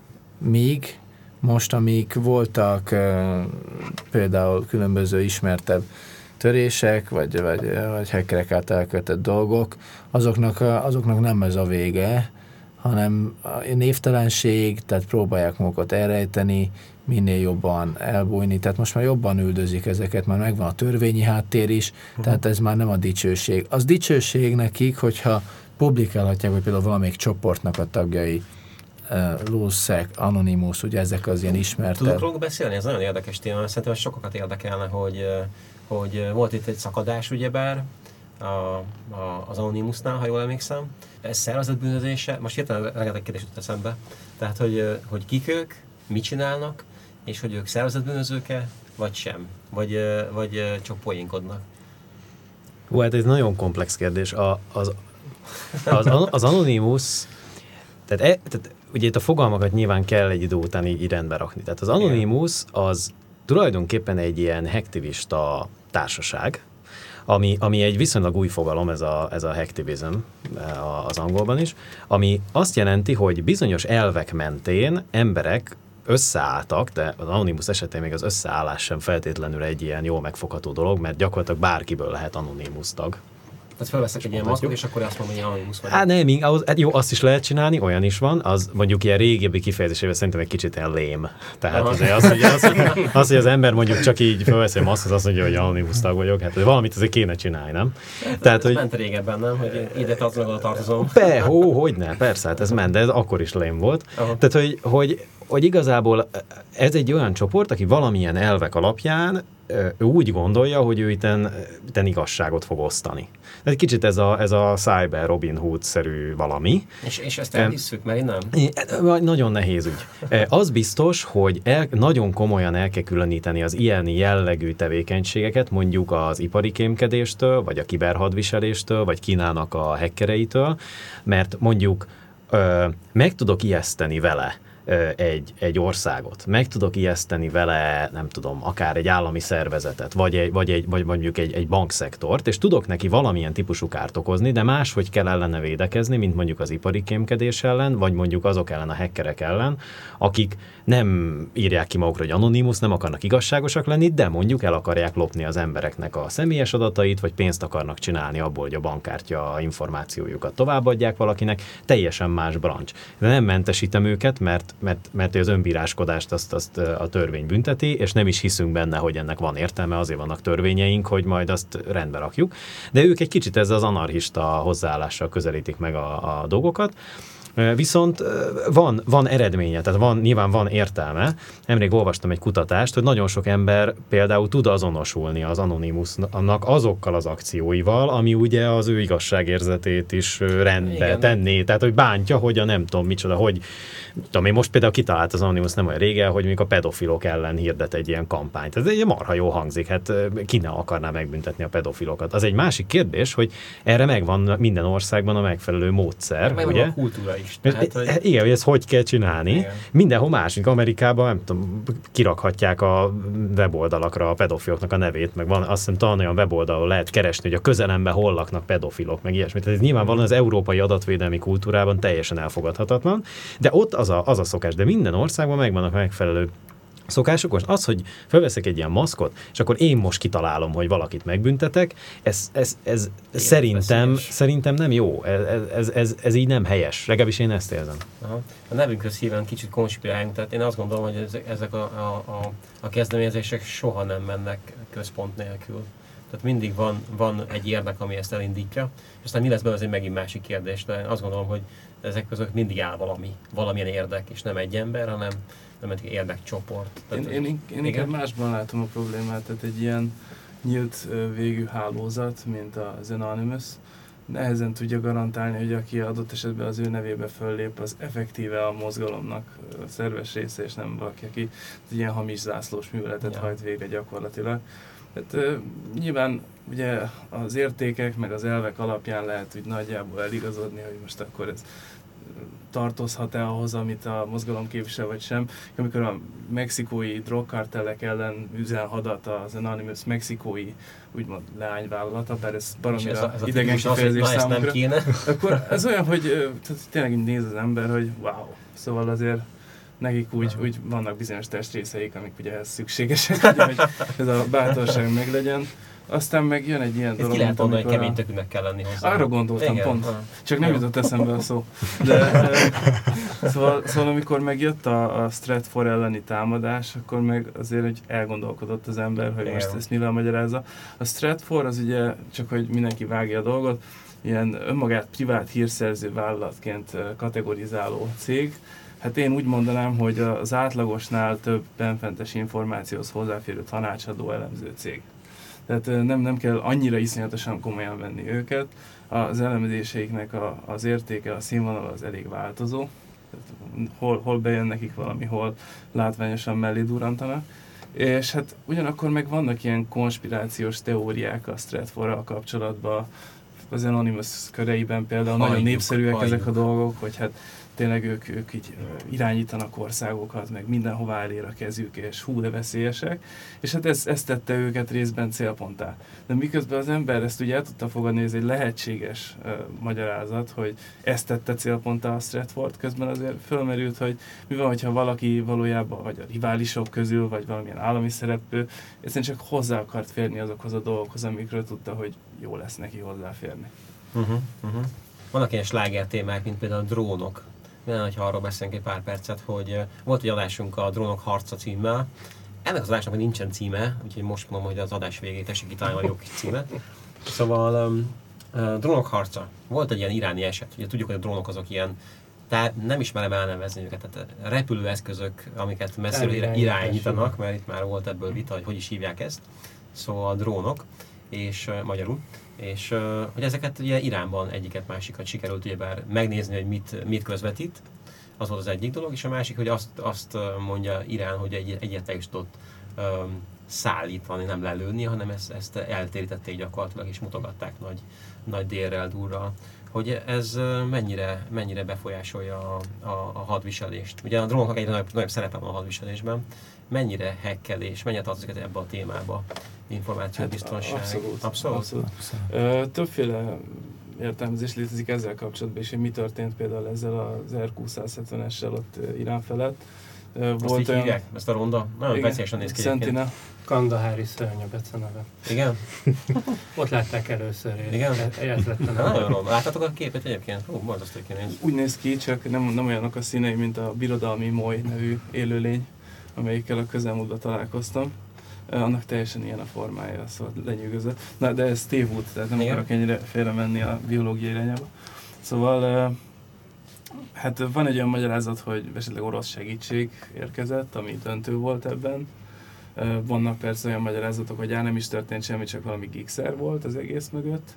míg most, amik voltak uh, például különböző ismertebb törések, vagy, vagy, vagy hackerek által elkövetett dolgok, azoknak, azoknak nem ez a vége, hanem a névtelenség, tehát próbálják magukat elrejteni, minél jobban elbújni, tehát most már jobban üldözik ezeket, már megvan a törvényi háttér is, uh-huh. tehát ez már nem a dicsőség. Az dicsőség nekik, hogyha publikálhatják, hogy például valamelyik csoportnak a tagjai, uh, Lulzsec, Anonymous, ugye ezek az ilyen ismertebb. Tudok róluk beszélni? Ez nagyon érdekes téma, szerintem sokakat érdekelne, hogy, hogy volt itt egy szakadás, ugyebár, a, a, az Anonymousnál, ha jól emlékszem. Ez szervezetbűnözése, most hirtelen rengeteg kérdés jut eszembe, tehát hogy, hogy kik ők, mit csinálnak, és hogy ők szervezetbűnözők-e, vagy sem, vagy, vagy csak poénkodnak. Hú, hát ez nagyon komplex kérdés. A, az, az, az Anonymous, tehát, e, tehát ugye itt a fogalmakat nyilván kell egy idő után így, így rendbe rakni. Tehát az Anonymous az tulajdonképpen egy ilyen hacktivista társaság, Ami, ami egy viszonylag új fogalom, ez a, ez a hacktivism az angolban is, ami azt jelenti, hogy bizonyos elvek mentén emberek összeálltak, de az Anonymous esetén még az összeállás sem feltétlenül egy ilyen jól megfogható dolog, mert gyakorlatilag bárkiből lehet Anonymous tag. Tehát felveszek egy ilyen maszkot, és akkor azt mondom, hogy Anonymous vagy. Hát nem, ahhoz, hát jó, azt is lehet csinálni, olyan is van, az mondjuk ilyen régebbi kifejezésével szerintem egy kicsit ilyen lame. Tehát azért az, hogy az, az, hogy az ember mondjuk csak így felveszi a maszkot, azt mondja, hogy Anonymous tag vagyok, hát valamit azért kéne csinálni, nem? Hát, Tehát, hogy ment régebben, nem? Hogy ide tartozom, oda tartozom. Be, hó, hogyne, persze, hát ez ment, de ez akkor is lame volt. Aha. Tehát, hogy, hogy, hogy igazából ez egy olyan csoport, aki valamilyen elvek alapján ő úgy gondolja, hogy ő itten, itten igazságot fog osztani. Ez kicsit ez a, ez a Cyber Robin Hood-szerű valami. És, és ezt elhisszük, mert nem? Nagyon nehéz ügy. Az biztos, hogy el, nagyon komolyan el kell különíteni az ilyen jellegű tevékenységeket, mondjuk az ipari kémkedéstől, vagy a kiberhadviseléstől, vagy Kínának a hackereitől, mert mondjuk ö, meg tudok ijeszteni vele Egy, egy országot. Meg tudok ijeszteni vele, nem tudom, akár egy állami szervezetet, vagy, egy, vagy, egy, vagy mondjuk egy, egy bankszektort, és tudok neki valamilyen típusú kárt okozni, de máshogy kell ellene védekezni, mint mondjuk az ipari kémkedés ellen, vagy mondjuk azok ellen a hackerek ellen, akik nem írják ki magukra, hogy Anonymous, nem akarnak igazságosak lenni, de mondjuk el akarják lopni az embereknek a személyes adatait, vagy pénzt akarnak csinálni abból, hogy a bankkártya információjukat továbbadják valakinek, teljesen más brancs. De nem mentesítem őket, mert mert, mert az önbíráskodást azt, azt a törvény bünteti, és nem is hiszünk benne, hogy ennek van értelme, azért vannak törvényeink, hogy majd azt rendbe rakjuk. De ők egy kicsit ezzel az anarchista hozzáállással közelítik meg a, a dolgokat. Viszont van, van eredménye, tehát van, nyilván van értelme. Nemrég olvastam egy kutatást, hogy nagyon sok ember például tud azonosulni az Anonymousnak azokkal az akcióival, ami ugye az ő igazságérzetét is rendbe Igen. tenné. Tehát, hogy bántja, hogy a nem tudom micsoda, hogy tudom, én most például kitalált az Anonymous nem olyan régen, hogy mondjuk a pedofilok ellen hirdet egy ilyen kampányt. Ez egy marha jó hangzik, hát ki ne akarná megbüntetni a pedofilokat. Az egy másik kérdés, hogy erre megvan minden országban a megfelelő módszer, meg ugye? A kultúra is. Tehát, hogy... Igen, hogy ezt hogy kell csinálni. Igen. Mindenhol másik, Amerikában, nem tudom, kirakhatják a weboldalakra a pedofiloknak a nevét, meg van, azt hiszem talán olyan weboldalon lehet keresni, hogy a közelemben hol laknak pedofilok, meg ilyesmit. Tehát ez nyilvánvalóan az európai adatvédelmi kultúrában teljesen elfogadhatatlan, de ott az a, az a szokás, de minden országban megvannak megfelelő szokások. Most az, hogy felveszek egy ilyen maszkot, és akkor én most kitalálom, hogy valakit megbüntetek, ez, ez, ez szerintem, szerintem nem jó. Ez, ez, ez, ez így nem helyes. Legalábbis én ezt érzem. Aha. A nevünkhöz híven kicsit konspiráljunk, tehát én azt gondolom, hogy ezek a, a, a, a kezdeményezések soha nem mennek központ nélkül. Tehát mindig van, van egy érdek, ami ezt elindítja, és aztán mi lesz belőle, az egy megint másik kérdés, de azt gondolom, hogy ezek között mindig áll valami, valamilyen érdek, és nem egy ember, hanem nem egy érdekcsoport. Én, én, én, én inkább másban látom a problémát, tehát egy ilyen nyílt végű hálózat, mint az Anonymous, nehezen tudja garantálni, hogy aki adott esetben az ő nevébe föllép, az effektíve a mozgalomnak a szerves része, és nem valaki, aki ilyen hamis zászlós műveletet ja. hajt végre gyakorlatilag. Hát, uh, nyilván ugye az értékek meg az elvek alapján lehet úgy nagyjából eligazodni, hogy most akkor ez tartozhat-e ahhoz, amit a mozgalom képvisel, vagy sem. Amikor a mexikói drogkartellek ellen üzel hadat az Anonymous mexikói úgymond leányvállalata, bár ez baromira idegen kifejezés számukra, akkor ez olyan, hogy tehát tényleg így néz az ember, hogy wow, szóval azért nekik úgy, úgy vannak bizonyos testrészeik, amik ugye ehhez szükségesek, ugye, hogy ez a bátorság meglegyen. Aztán meg jön egy ilyen Ezt dolog, ki lehet mondani, hogy kemény tökűnek kell lenni hozzá. Arra gondoltam, igen, pont. Ha. Csak nem jutott eszembe a szó. De, szóval, szóval amikor megjött a, a Stratfor elleni támadás, akkor meg azért hogy elgondolkodott az ember, hogy igen. most ezt mivel magyarázza. A Stratfor az ugye, csak hogy mindenki vágja a dolgot, ilyen önmagát privát hírszerző vállalatként kategorizáló cég. Hát én úgy mondanám, hogy az átlagosnál több benfentes információhoz hozzáférő tanácsadó elemző cég. Tehát nem, nem kell annyira iszonyatosan komolyan venni őket. Az elemzéseiknek a, az értéke, a színvonal az elég változó. Tehát hol, hol bejön nekik valami, hol látványosan mellé durrantanak. És hát ugyanakkor meg vannak ilyen konspirációs teóriák a Stratforral kapcsolatban. Az Anonymous köreiben például hajjuk, nagyon népszerűek hajjuk. Ezek a dolgok, hogy hát tényleg ők, ők így irányítanak országokat, meg mindenhová elér a kezük, és hú, de veszélyesek. És hát ez, ez tette őket részben célponttá. De miközben az ember ezt ugye el tudta fogadni, ez egy lehetséges uh, magyarázat, hogy ezt tette célponttá a Stratford, közben azért fölmerült, hogy mi van, hogyha valaki valójában, vagy a riválisok közül, vagy valamilyen állami szereplő, egyszerűen csak hozzá akart férni azokhoz a dolgokhoz, amikről tudta, hogy jó lesz neki hozzáférni. Uh-huh, uh-huh. Vannak ilyen sláger témák, mint például a drónok. Minden, hogyha arról beszélünk egy pár percet, hogy volt egy adásunk a Drónok harca címmel. Ennek az adásnak nincsen címe, úgyhogy most mondom, hogy az adás végéig tessék kitalálni a jó kis címet. Szóval um, uh, Drónok harca. Volt egy ilyen iráni eset. Ugye tudjuk, hogy a drónok azok ilyen, tehát nem ismerem elnevezni őket, tehát repülőeszközök, amiket messziről irányítanak, mert itt már volt ebből vita, hogy hogy is hívják ezt. Szóval a drónok, és uh, magyarul. És uh, hogy ezeket ugye Iránban egyiket másikat sikerült ugyebár megnézni, hogy mit, mit közvetít, az volt az egyik dolog, és a másik, hogy azt, azt mondja Irán, hogy egy, egyet is tudott um, szállítani, nem lelőni, hanem ezt, ezt eltérítették gyakorlatilag, és mutogatták nagy, nagy délrel, durral, hogy ez mennyire, mennyire befolyásolja a, a, a hadviselést. Ugye a drónoknak egyre nagyobb, nagyobb szerepe van a hadviselésben, mennyire hekkelés, mennyire tartozik ebbe a témába, információbiztonság. Hát, abszolút. abszolút. abszolút. abszolút. Többféle értelmezés létezik ezzel kapcsolatban, és mi történt például ezzel az er kú száz hetvenessel ott Irán felett. volt így olyan... hívják? Ezt a ronda? Nagyon veszélyesen néz ki. Sentinel. Kandahári szörny a beceneve. Igen? Ott látták először. Igen? Ez lett a nagyon ronda. Láttatok a képet egyébként? Ó, borzasztó kinéz. Úgy néz ki, csak nem, nem olyanok a színei, mint a Birodalmi Moly nevű élőlény, amelyikkel a közelmúltban találkoztam. Annak teljesen ilyen a formája, szóval lenyűgözött. Na, de ez tévút, tehát nem Igen. akarok ennyire félre menni a biológiai irányába. Szóval, hát van egy olyan magyarázat, hogy esetleg orosz segítség érkezett, ami döntő volt ebben. Vannak persze olyan magyarázatok, hogy á, nem is történt semmi, csak valami gigszer volt az egész mögött.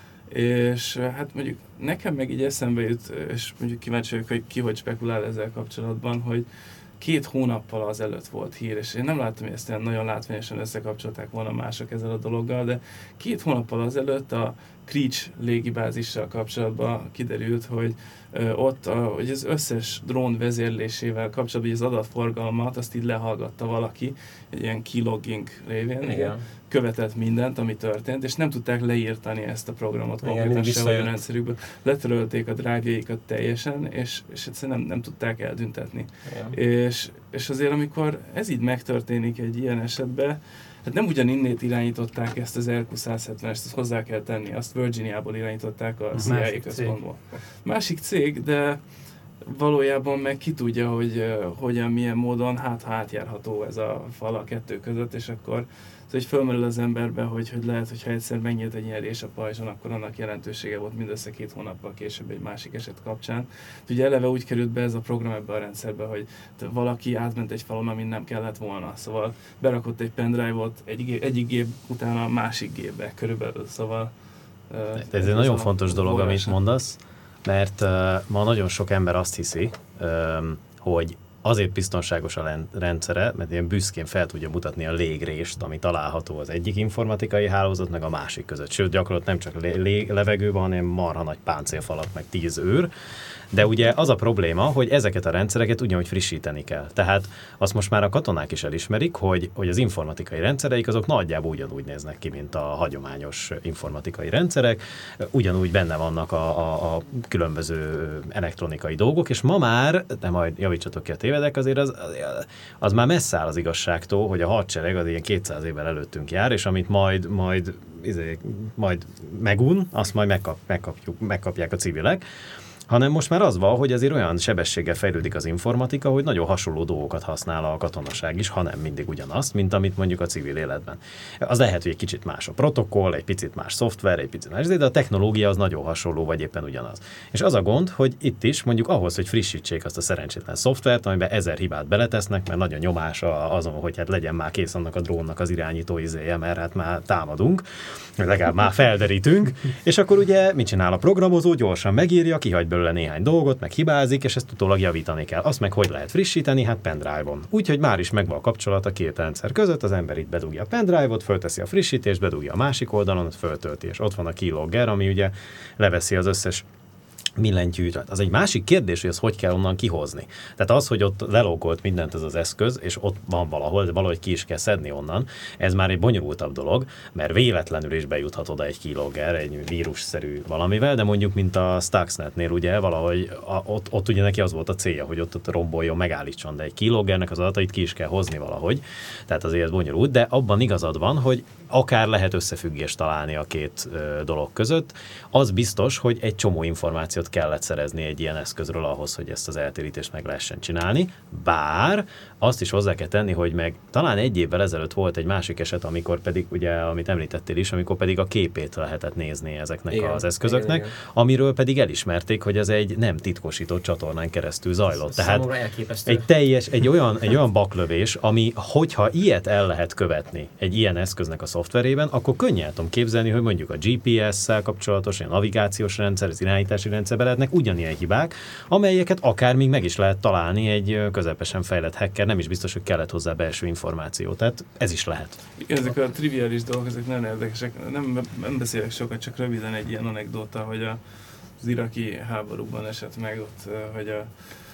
És hát mondjuk nekem meg így eszembe jut, és mondjuk kíváncsi vagyok, hogy ki hogy spekulál ezzel kapcsolatban, hogy két hónappal azelőtt volt hír, és én nem láttam, hogy ezt ilyen nagyon látványosan összekapcsolták volna mások ezzel a dologgal, de két hónappal azelőtt a Creech légibázissal kapcsolatban kiderült, hogy ö, ott a, hogy az összes drón vezérlésével kapcsolatban az adatforgalmat, azt így lehallgatta valaki, egy ilyen keylogging révén, Igen. követett mindent, ami történt, és nem tudták leírtani ezt a programot konkrétan Igen, se a rendszerükből. Letörölték a drive-jaikat teljesen, és, és egyszerűen nem, nem tudták eldüntetni. És, és azért, amikor ez így megtörténik egy ilyen esetben, hát nem ugyaninnét irányították ezt az er kú száz hetvenest, ezt hozzá kell tenni, azt Virginiából irányították a C I A központból. Másik cég, de valójában meg ki tudja, hogy uh, hogyan, milyen módon, hát ha átjárható ez a fal a kettő között, és akkor szóval, hogy fölmerül az emberbe, hogy, hogy lehet, hogyha egyszer megnyílt egy ilyen rés a pajzson, akkor annak jelentősége volt mindössze két hónappal később egy másik eset kapcsán. Ugye eleve úgy került be ez a program ebbe a rendszerbe, hogy valaki átment egy falon, amin nem kellett volna. Szóval berakott egy pendrive-ot egy gép, egyik gép után a másik gépbe körülbelül. Szóval, uh, ez, ez egy nagyon fontos dolog, amit mondasz, mert uh, ma nagyon sok ember azt hiszi, um, hogy azért biztonságos a rendszere, mert ilyen büszkén fel tudja mutatni a légrést, ami található az egyik informatikai hálózat, meg a másik között. Sőt, gyakorlatilag nem csak lé- levegőben, hanem marha nagy páncélfalak, meg tíz őr. De ugye az a probléma, hogy ezeket a rendszereket ugyanúgy frissíteni kell. Tehát azt most már a katonák is elismerik, hogy, hogy az informatikai rendszereik azok nagyjából ugyanúgy néznek ki, mint a hagyományos informatikai rendszerek. Ugyanúgy benne vannak a, a, a különböző elektronikai dolgok, és ma már, de majd javítsatok ki a tévedek, azért az, az már messze áll az igazságtól, hogy a hadsereg az ilyen kétszáz évvel előttünk jár, és amit majd, majd, izé, majd megun, azt majd megkap, megkapjuk, megkapják a civilek. Hanem most már az van, hogy azért olyan sebességgel fejlődik az informatika, hogy nagyon hasonló dolgokat használ a katonaság is, hanem mindig ugyanazt, mint amit mondjuk a civil életben. Az lehet, hogy egy kicsit más a protokoll, egy picit más szoftver, egy picit más, de a technológia az nagyon hasonló, vagy éppen ugyanaz. És az a gond, hogy itt is mondjuk ahhoz, hogy frissítsék azt a szerencsétlen szoftvert, amiben ezer hibát beletesznek, mert nagyon nyomás azon, hogy hát legyen már kész annak a drónnak az irányító izéje, mert hát már támadunk, legalább már felderítünk, és akkor ugye mit csinál a programozó, gyorsan megírja, kihagy belőle néhány dolgot, meg hibázik, és ezt utólag javítani kell. Azt meg hogy lehet frissíteni? Hát pendrive-on. Úgyhogy már is megvan a kapcsolat a két rendszer között, az ember itt bedugja a pendrive-ot, fölteszi a frissítést, bedugja a másik oldalon, ott föltölti, és ott van a keylogger, ami ugye leveszi az összes billentyűt. Az egy másik kérdés, hogy az hogy kell onnan kihozni. Tehát az, hogy ott lelogolt mindent ez az eszköz, és ott van valahol, de valahogy ki is kell szedni onnan, ez már egy bonyolultabb dolog, mert véletlenül is bejuthat oda egy keylogger, egy vírusszerű valamivel, de mondjuk, mint a Stuxnetnél ugye valahogy a, ott, ott ugye neki az volt a célja, hogy ott, ott romboljon, megállítson, de egy keyloggernek az adatait ki is kell hozni valahogy. Tehát azért bonyolult, de abban igazad van, hogy akár lehet összefüggést találni a két ö, dolog között. Az biztos, hogy egy csomó információt kellett szerezni egy ilyen eszközről ahhoz, hogy ezt az eltérítést meg lehessen csinálni. Bár azt is hozzá kell tenni, hogy meg talán egy évvel ezelőtt volt egy másik eset, amikor pedig, ugye, amit említettél is, amikor pedig a képét lehetett nézni ezeknek igen, az eszközöknek, igen, igen. Amiről pedig elismerték, hogy ez egy nem titkosított csatornán keresztül zajlott. Ez Tehát egy teljes, egy olyan, egy olyan baklövés, ami, hogyha ilyet el lehet követni egy ilyen eszköznek a szoftverében, akkor könnyen tudom képzelni, hogy mondjuk a gé pé es-szel kapcsolatos, a navigációs rendszer, az irányítási rendszerben lehetnek ugyanilyen hibák, amelyeket akár még meg is lehet találni egy közepesen fejlett hacker, nem is biztos, hogy kellett hozzá belső információ. Tehát ez is lehet. Ezek a triviális dolgok, ezek nagyon érdekesek. Nem, nem beszélek sokat, csak röviden egy ilyen anekdóta, hogy a, az iraki háborúban esett meg ott, hogy a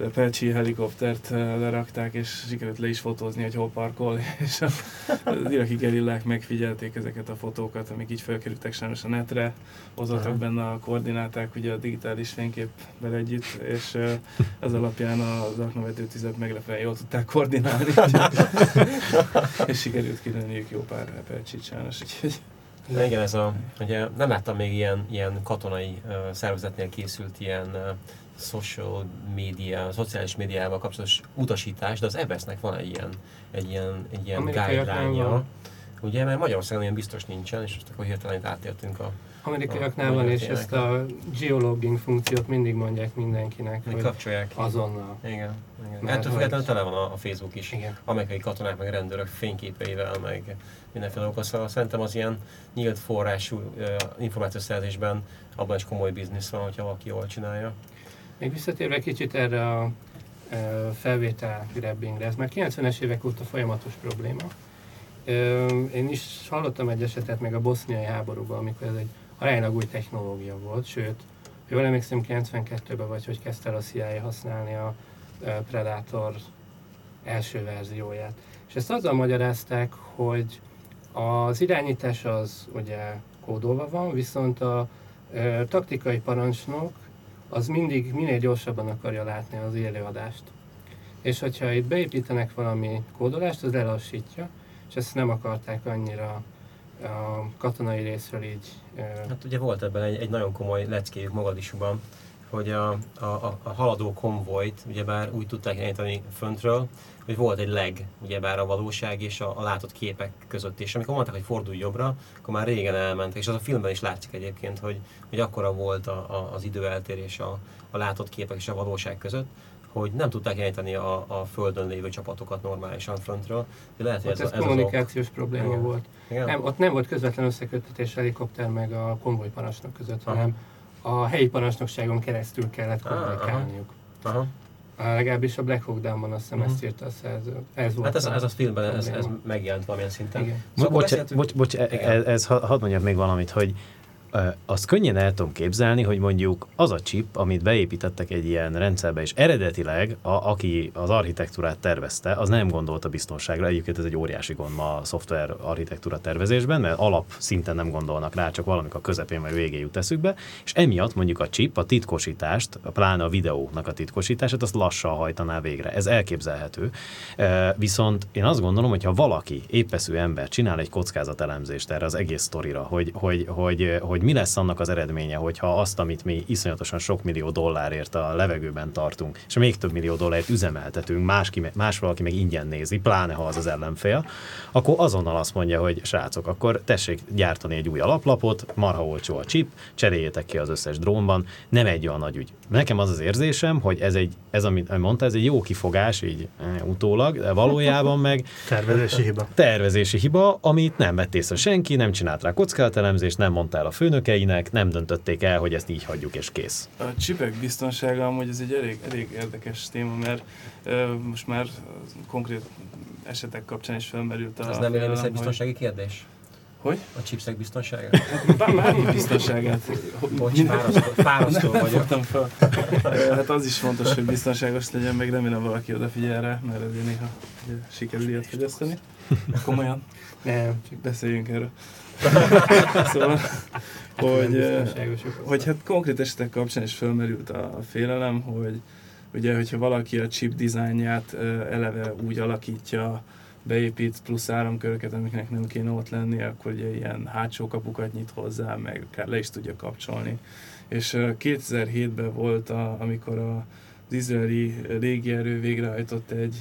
Apache helikoptert lerakták, és sikerült le is fotózni, hogy hol parkol, és az iraki gerillák megfigyelték ezeket a fotókat, amik így felkerültek sajnos a netre, hozottak benne a koordináták, ugye a digitális fényképpel együtt, és az alapján az aknavető tüzet meglepően jól tudták koordinálni, és sikerült kilőniük jó pár Apache-t sajnos, úgyhogy... De igen, ez a, ugye nem láttam még ilyen, ilyen katonai uh, szervezetnél készült ilyen uh, social media, szociális médiával kapcsolatos utasítás, de az é bé e es-nek van egy ilyen, egy ilyen, egy ilyen guideline-ja. Ugye, mert Magyarországon ilyen biztos nincsen, és most akkor hirtelen itt átértünk a amerikaiaknál van, és ezt a geologging funkciót mindig mondják mindenkinek, hogy kapcsolják azonnal. Igen. igen. Ettől függetlenül tele van a, a Facebook is, igen. Amerikai katonák, meg rendőrök fényképeivel, meg mindenféle dolgokkal. Szóval szerintem az ilyen nyílt forrású uh, információszerzésben abban is komoly biznisz van, hogyha valaki jól csinálja. Még visszatérve kicsit erre a uh, felvétel grabbingre, ez már kilencvenes évek óta folyamatos probléma. Én is hallottam egy esetet még a boszniai háborúban, amikor ez egy aránylag új technológia volt, sőt, jól emlékszem kilencvenkettőben vagy, hogy kezdte el a cé i á használni a Predator első verzióját. És ezt azzal magyarázták, hogy az irányítás az ugye kódolva van, viszont a e, taktikai parancsnok az mindig minél gyorsabban akarja látni az élőadást. És hogyha itt beépítenek valami kódolást, az lelassítja, és ezt nem akarták annyira a katonai részről így... Hát ugye volt ebben egy, egy nagyon komoly leckéjük Mogadisúban, hogy a, a, a haladó konvojt ugyebár úgy tudták irányítani föntről, hogy volt egy leg, ugyebár a valóság és a, a látott képek között, és amikor mondták, hogy fordulj jobbra, akkor már régen elmentek, és az a filmben is látszik egyébként, hogy, hogy akkora volt a, a, az időeltérés a, a látott képek és a valóság között, hogy nem tudták irányítani a, a földön lévő csapatokat normálisan föntről. De lehet, hogy ez, ez, ez ez kommunikációs az probléma igen. volt. Igen. Nem, ott nem volt közvetlen összeköttetés a helikopter meg a konvojparancsnok között, aha. hanem a helyi parancsnokságon keresztül kellett kommunikálniuk. Aha. Aha. Legalábbis a Black Hawk Down-ban azt hiszem uh-huh. ezt írta a szerző. Ez volt hát ez a, ez a filmben ez, ez megjelent valamilyen szinten. Igen. Szóval bocs, bocs, bocs, ez, ez hadd mondjak még valamit, hogy azt könnyen el tudom képzelni, hogy mondjuk az a chip, amit beépítettek egy ilyen rendszerbe, és eredetileg, a, aki az architektúrát tervezte, az nem gondolt a biztonságra. Egyébként ez egy óriási gond ma a szoftver architektúra tervezésben, mert alap szinten nem gondolnak rá, csak valamik a közepén vagy végén jut eszükbe, és emiatt mondjuk a chip a titkosítást, pláne a videónak a titkosítását, azt lassan hajtaná végre. Ez elképzelhető. Viszont én azt gondolom, hogy ha valaki épeszű ember csinál egy kockázatelemzést erre az egész sztorira, hogy, hogy, hogy, hogy mi lesz annak az eredménye, hogyha azt, amit mi iszonyatosan sok millió dollárért a levegőben tartunk, és még több millió dollárért üzemeltetünk, más, ki, más valaki meg ingyen nézi, pláne ha az az ellenfél, akkor azonnal azt mondja, hogy srácok, akkor tessék gyártani egy új alaplapot, marha olcsó a chip, cseréljétek ki az összes drónban, nem egy olyan nagy ügy. Nekem az az érzésem, hogy ez, egy, ez amit mondta, ez egy jó kifogás, így eh, utólag, de valójában meg tervezési hiba. Tervezési hiba, amit nem vett észre senki, nem csinált rá kockázatelemzést, nem mondta el a főnökeinek, nem döntötték el, hogy ezt így hagyjuk és kész. A csipek biztonsága amúgy ez egy elég, elég érdekes téma, mert uh, most már konkrét esetek kapcsán is felmerült a... Ez nem élelmiszer biztonsági kérdés? Hogy? A chipsek biztonsága? Bármi biztonságát. Bocs, fárasztó vagyok. Fel. Hát az is fontos, hogy biztonságos legyen, meg remélem valaki odafigyel rá, mert azért néha sikerül ilyet fogyasztani. Komolyan? Nem, csak beszéljünk erről. Szóval, hogy, hogy hát konkrét esetek kapcsán is felmerült a félelem, hogy ugye, hogyha valaki a chip dizájnját eleve úgy alakítja, beépít plusz áramköröket, amiknek nem kéne ott lenni, akkor ugye ilyen hátsó kapukat nyit hozzá, meg le is tudja kapcsolni. És kétezer-hétben volt, a, amikor az izraeli légierő végrehajtott egy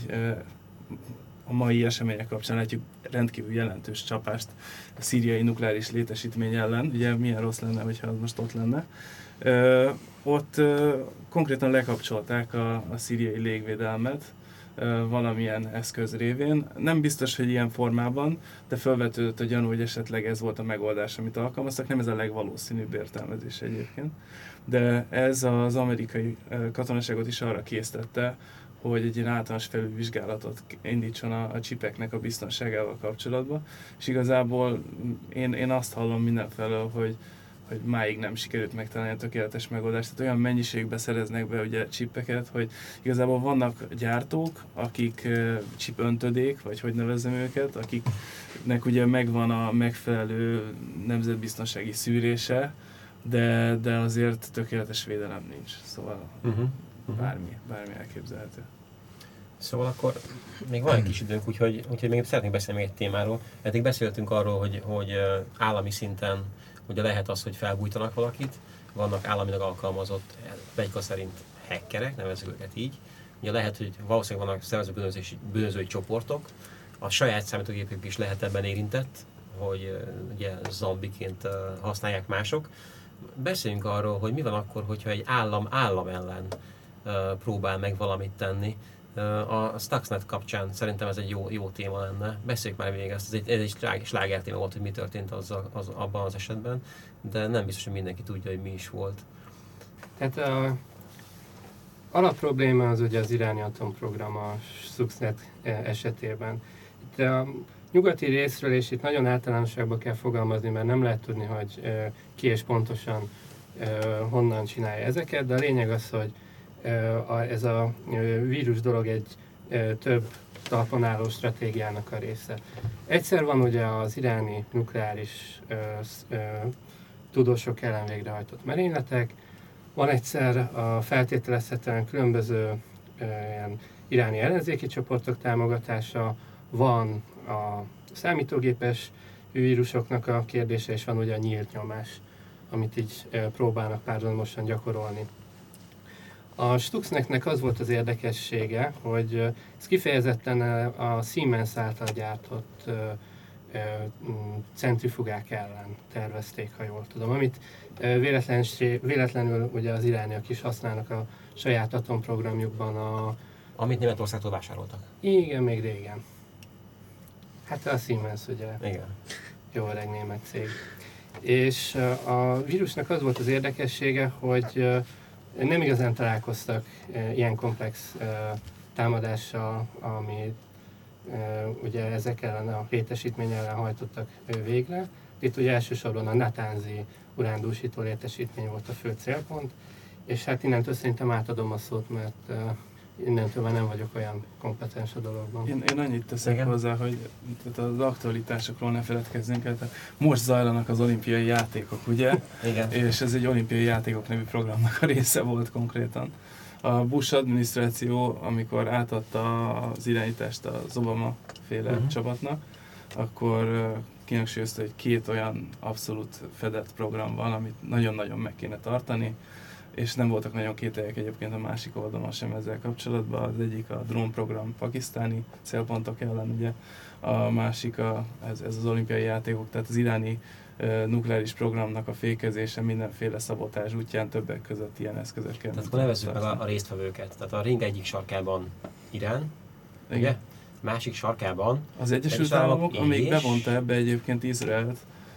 a mai események kapcsán látjuk rendkívül jelentős csapást a szíriai nukleáris létesítmény ellen. Ugye milyen rossz lenne, hogyha az most ott lenne. Ö, ott ö, konkrétan lekapcsolták a, a szíriai légvédelmet ö, valamilyen eszköz révén. Nem biztos, hogy ilyen formában, de felvetődött a gyanú, hogy esetleg ez volt a megoldás, amit alkalmaztak. Nem ez a legvalószínűbb értelmezés egyébként. De ez az amerikai ö, katonaságot is arra késztette, hogy egy ilyen általános felülvizsgálatot indítson a, a csipeknek a biztonságával kapcsolatban. És igazából én, én azt hallom mindenfelől, hogy, hogy máig nem sikerült megtalálni a tökéletes megoldást. Tehát olyan mennyiségbe szereznek be ugye chipeket, hogy igazából vannak gyártók, akik chip öntödék, vagy hogy nevezzem őket, akiknek ugye megvan a megfelelő nemzetbiztonsági szűrése, de, de azért tökéletes védelem nincs. Szóval uh-huh. bármi, bármi elképzelhető. Szóval akkor még van egy kis időnk, úgyhogy, úgyhogy még szeretnék beszélni még egy témáról. Eddig beszéltünk arról, hogy, hogy állami szinten ugye lehet az, hogy felbújtanak valakit, vannak államilag alkalmazott, pletyka szerint hackerek, nevezzük őket így. Ugye lehet, hogy valószínűleg vannak szervező bűnözői csoportok, a saját számítógépük is lehet ebben érintett, hogy ugye zombiként használják mások. Beszéljünk arról, hogy mi van akkor, hogyha egy állam állam ellen próbál meg valamit tenni. A Stuxnet kapcsán szerintem ez egy jó, jó téma lenne. Beszéljük már végig ezt, ez egy, ez egy sláger téma volt, hogy mi történt az, az, abban az esetben, de nem biztos, hogy mindenki tudja, hogy mi is volt. Tehát a alapprobléma az ugye az iráni atomprogram a Stuxnet esetében. Itt a nyugati részről, és itt nagyon általánosságban kell fogalmazni, mert nem lehet tudni, hogy ki és pontosan honnan csinálja ezeket, de a lényeg az, hogy ez a vírus dolog egy több talpon álló stratégiának a része. Egyszer van ugye az iráni nukleáris tudósok ellen végrehajtott merényletek, van egyszer a feltételezhetően különböző ilyen iráni ellenzéki csoportok támogatása, van a számítógépes vírusoknak a kérdése, és van ugye a nyílt nyomás, amit így próbálnak párhuzamosan gyakorolni. A Stuxnetnek az volt az érdekessége, hogy ez kifejezetten a Siemens által gyártott centrifugák ellen tervezték, ha jól tudom, amit véletlenül ugye az irániak is használnak a saját atomprogramjukban. A... Amit Németországtól vásároltak. Igen, még régen. Hát a Siemens ugye. Igen. Jó öreg német cég. És a vírusnak az volt az érdekessége, hogy nem igazán találkoztak ilyen komplex támadással, ami ugye ezek ellen a létesítmény ellen hajtottak végre. Itt ugye elsősorban a Natanzi urándúsító létesítmény volt a fő célpont, és hát innentől szerintem átadom a szót, mert innentől már nem vagyok olyan kompetens a dologban. Én, én annyit teszek Igen. hozzá, hogy tehát az aktualitásokról ne feledkezzünk el. Tehát most zajlanak az olimpiai játékok, ugye? Igen. És ez egy olimpiai játékok nevű programnak a része volt konkrétan. A Bush adminisztráció, amikor átadta az irányítást az Obama féle uh-huh. csapatnak, akkor kihangsúlyozta, hogy két olyan abszolút fedett program van, amit nagyon-nagyon meg kéne tartani, és nem voltak nagyon kételyek egyébként a másik oldalon sem ezzel kapcsolatban. Az egyik a drón program pakisztáni célpontok ellen, ugye, a másik a, ez, ez az olimpiai játékok, tehát az iráni uh, nukleáris programnak a fékezése mindenféle szabotázs útján többek között ilyen eszközökkel. Tehát akkor nevezzük meg a, a résztvevőket. Tehát a ring egyik sarkában Irán, Igen. ugye? Másik sarkában az Egyesült Államok, amíg bevonta ebbe egyébként Izraelt,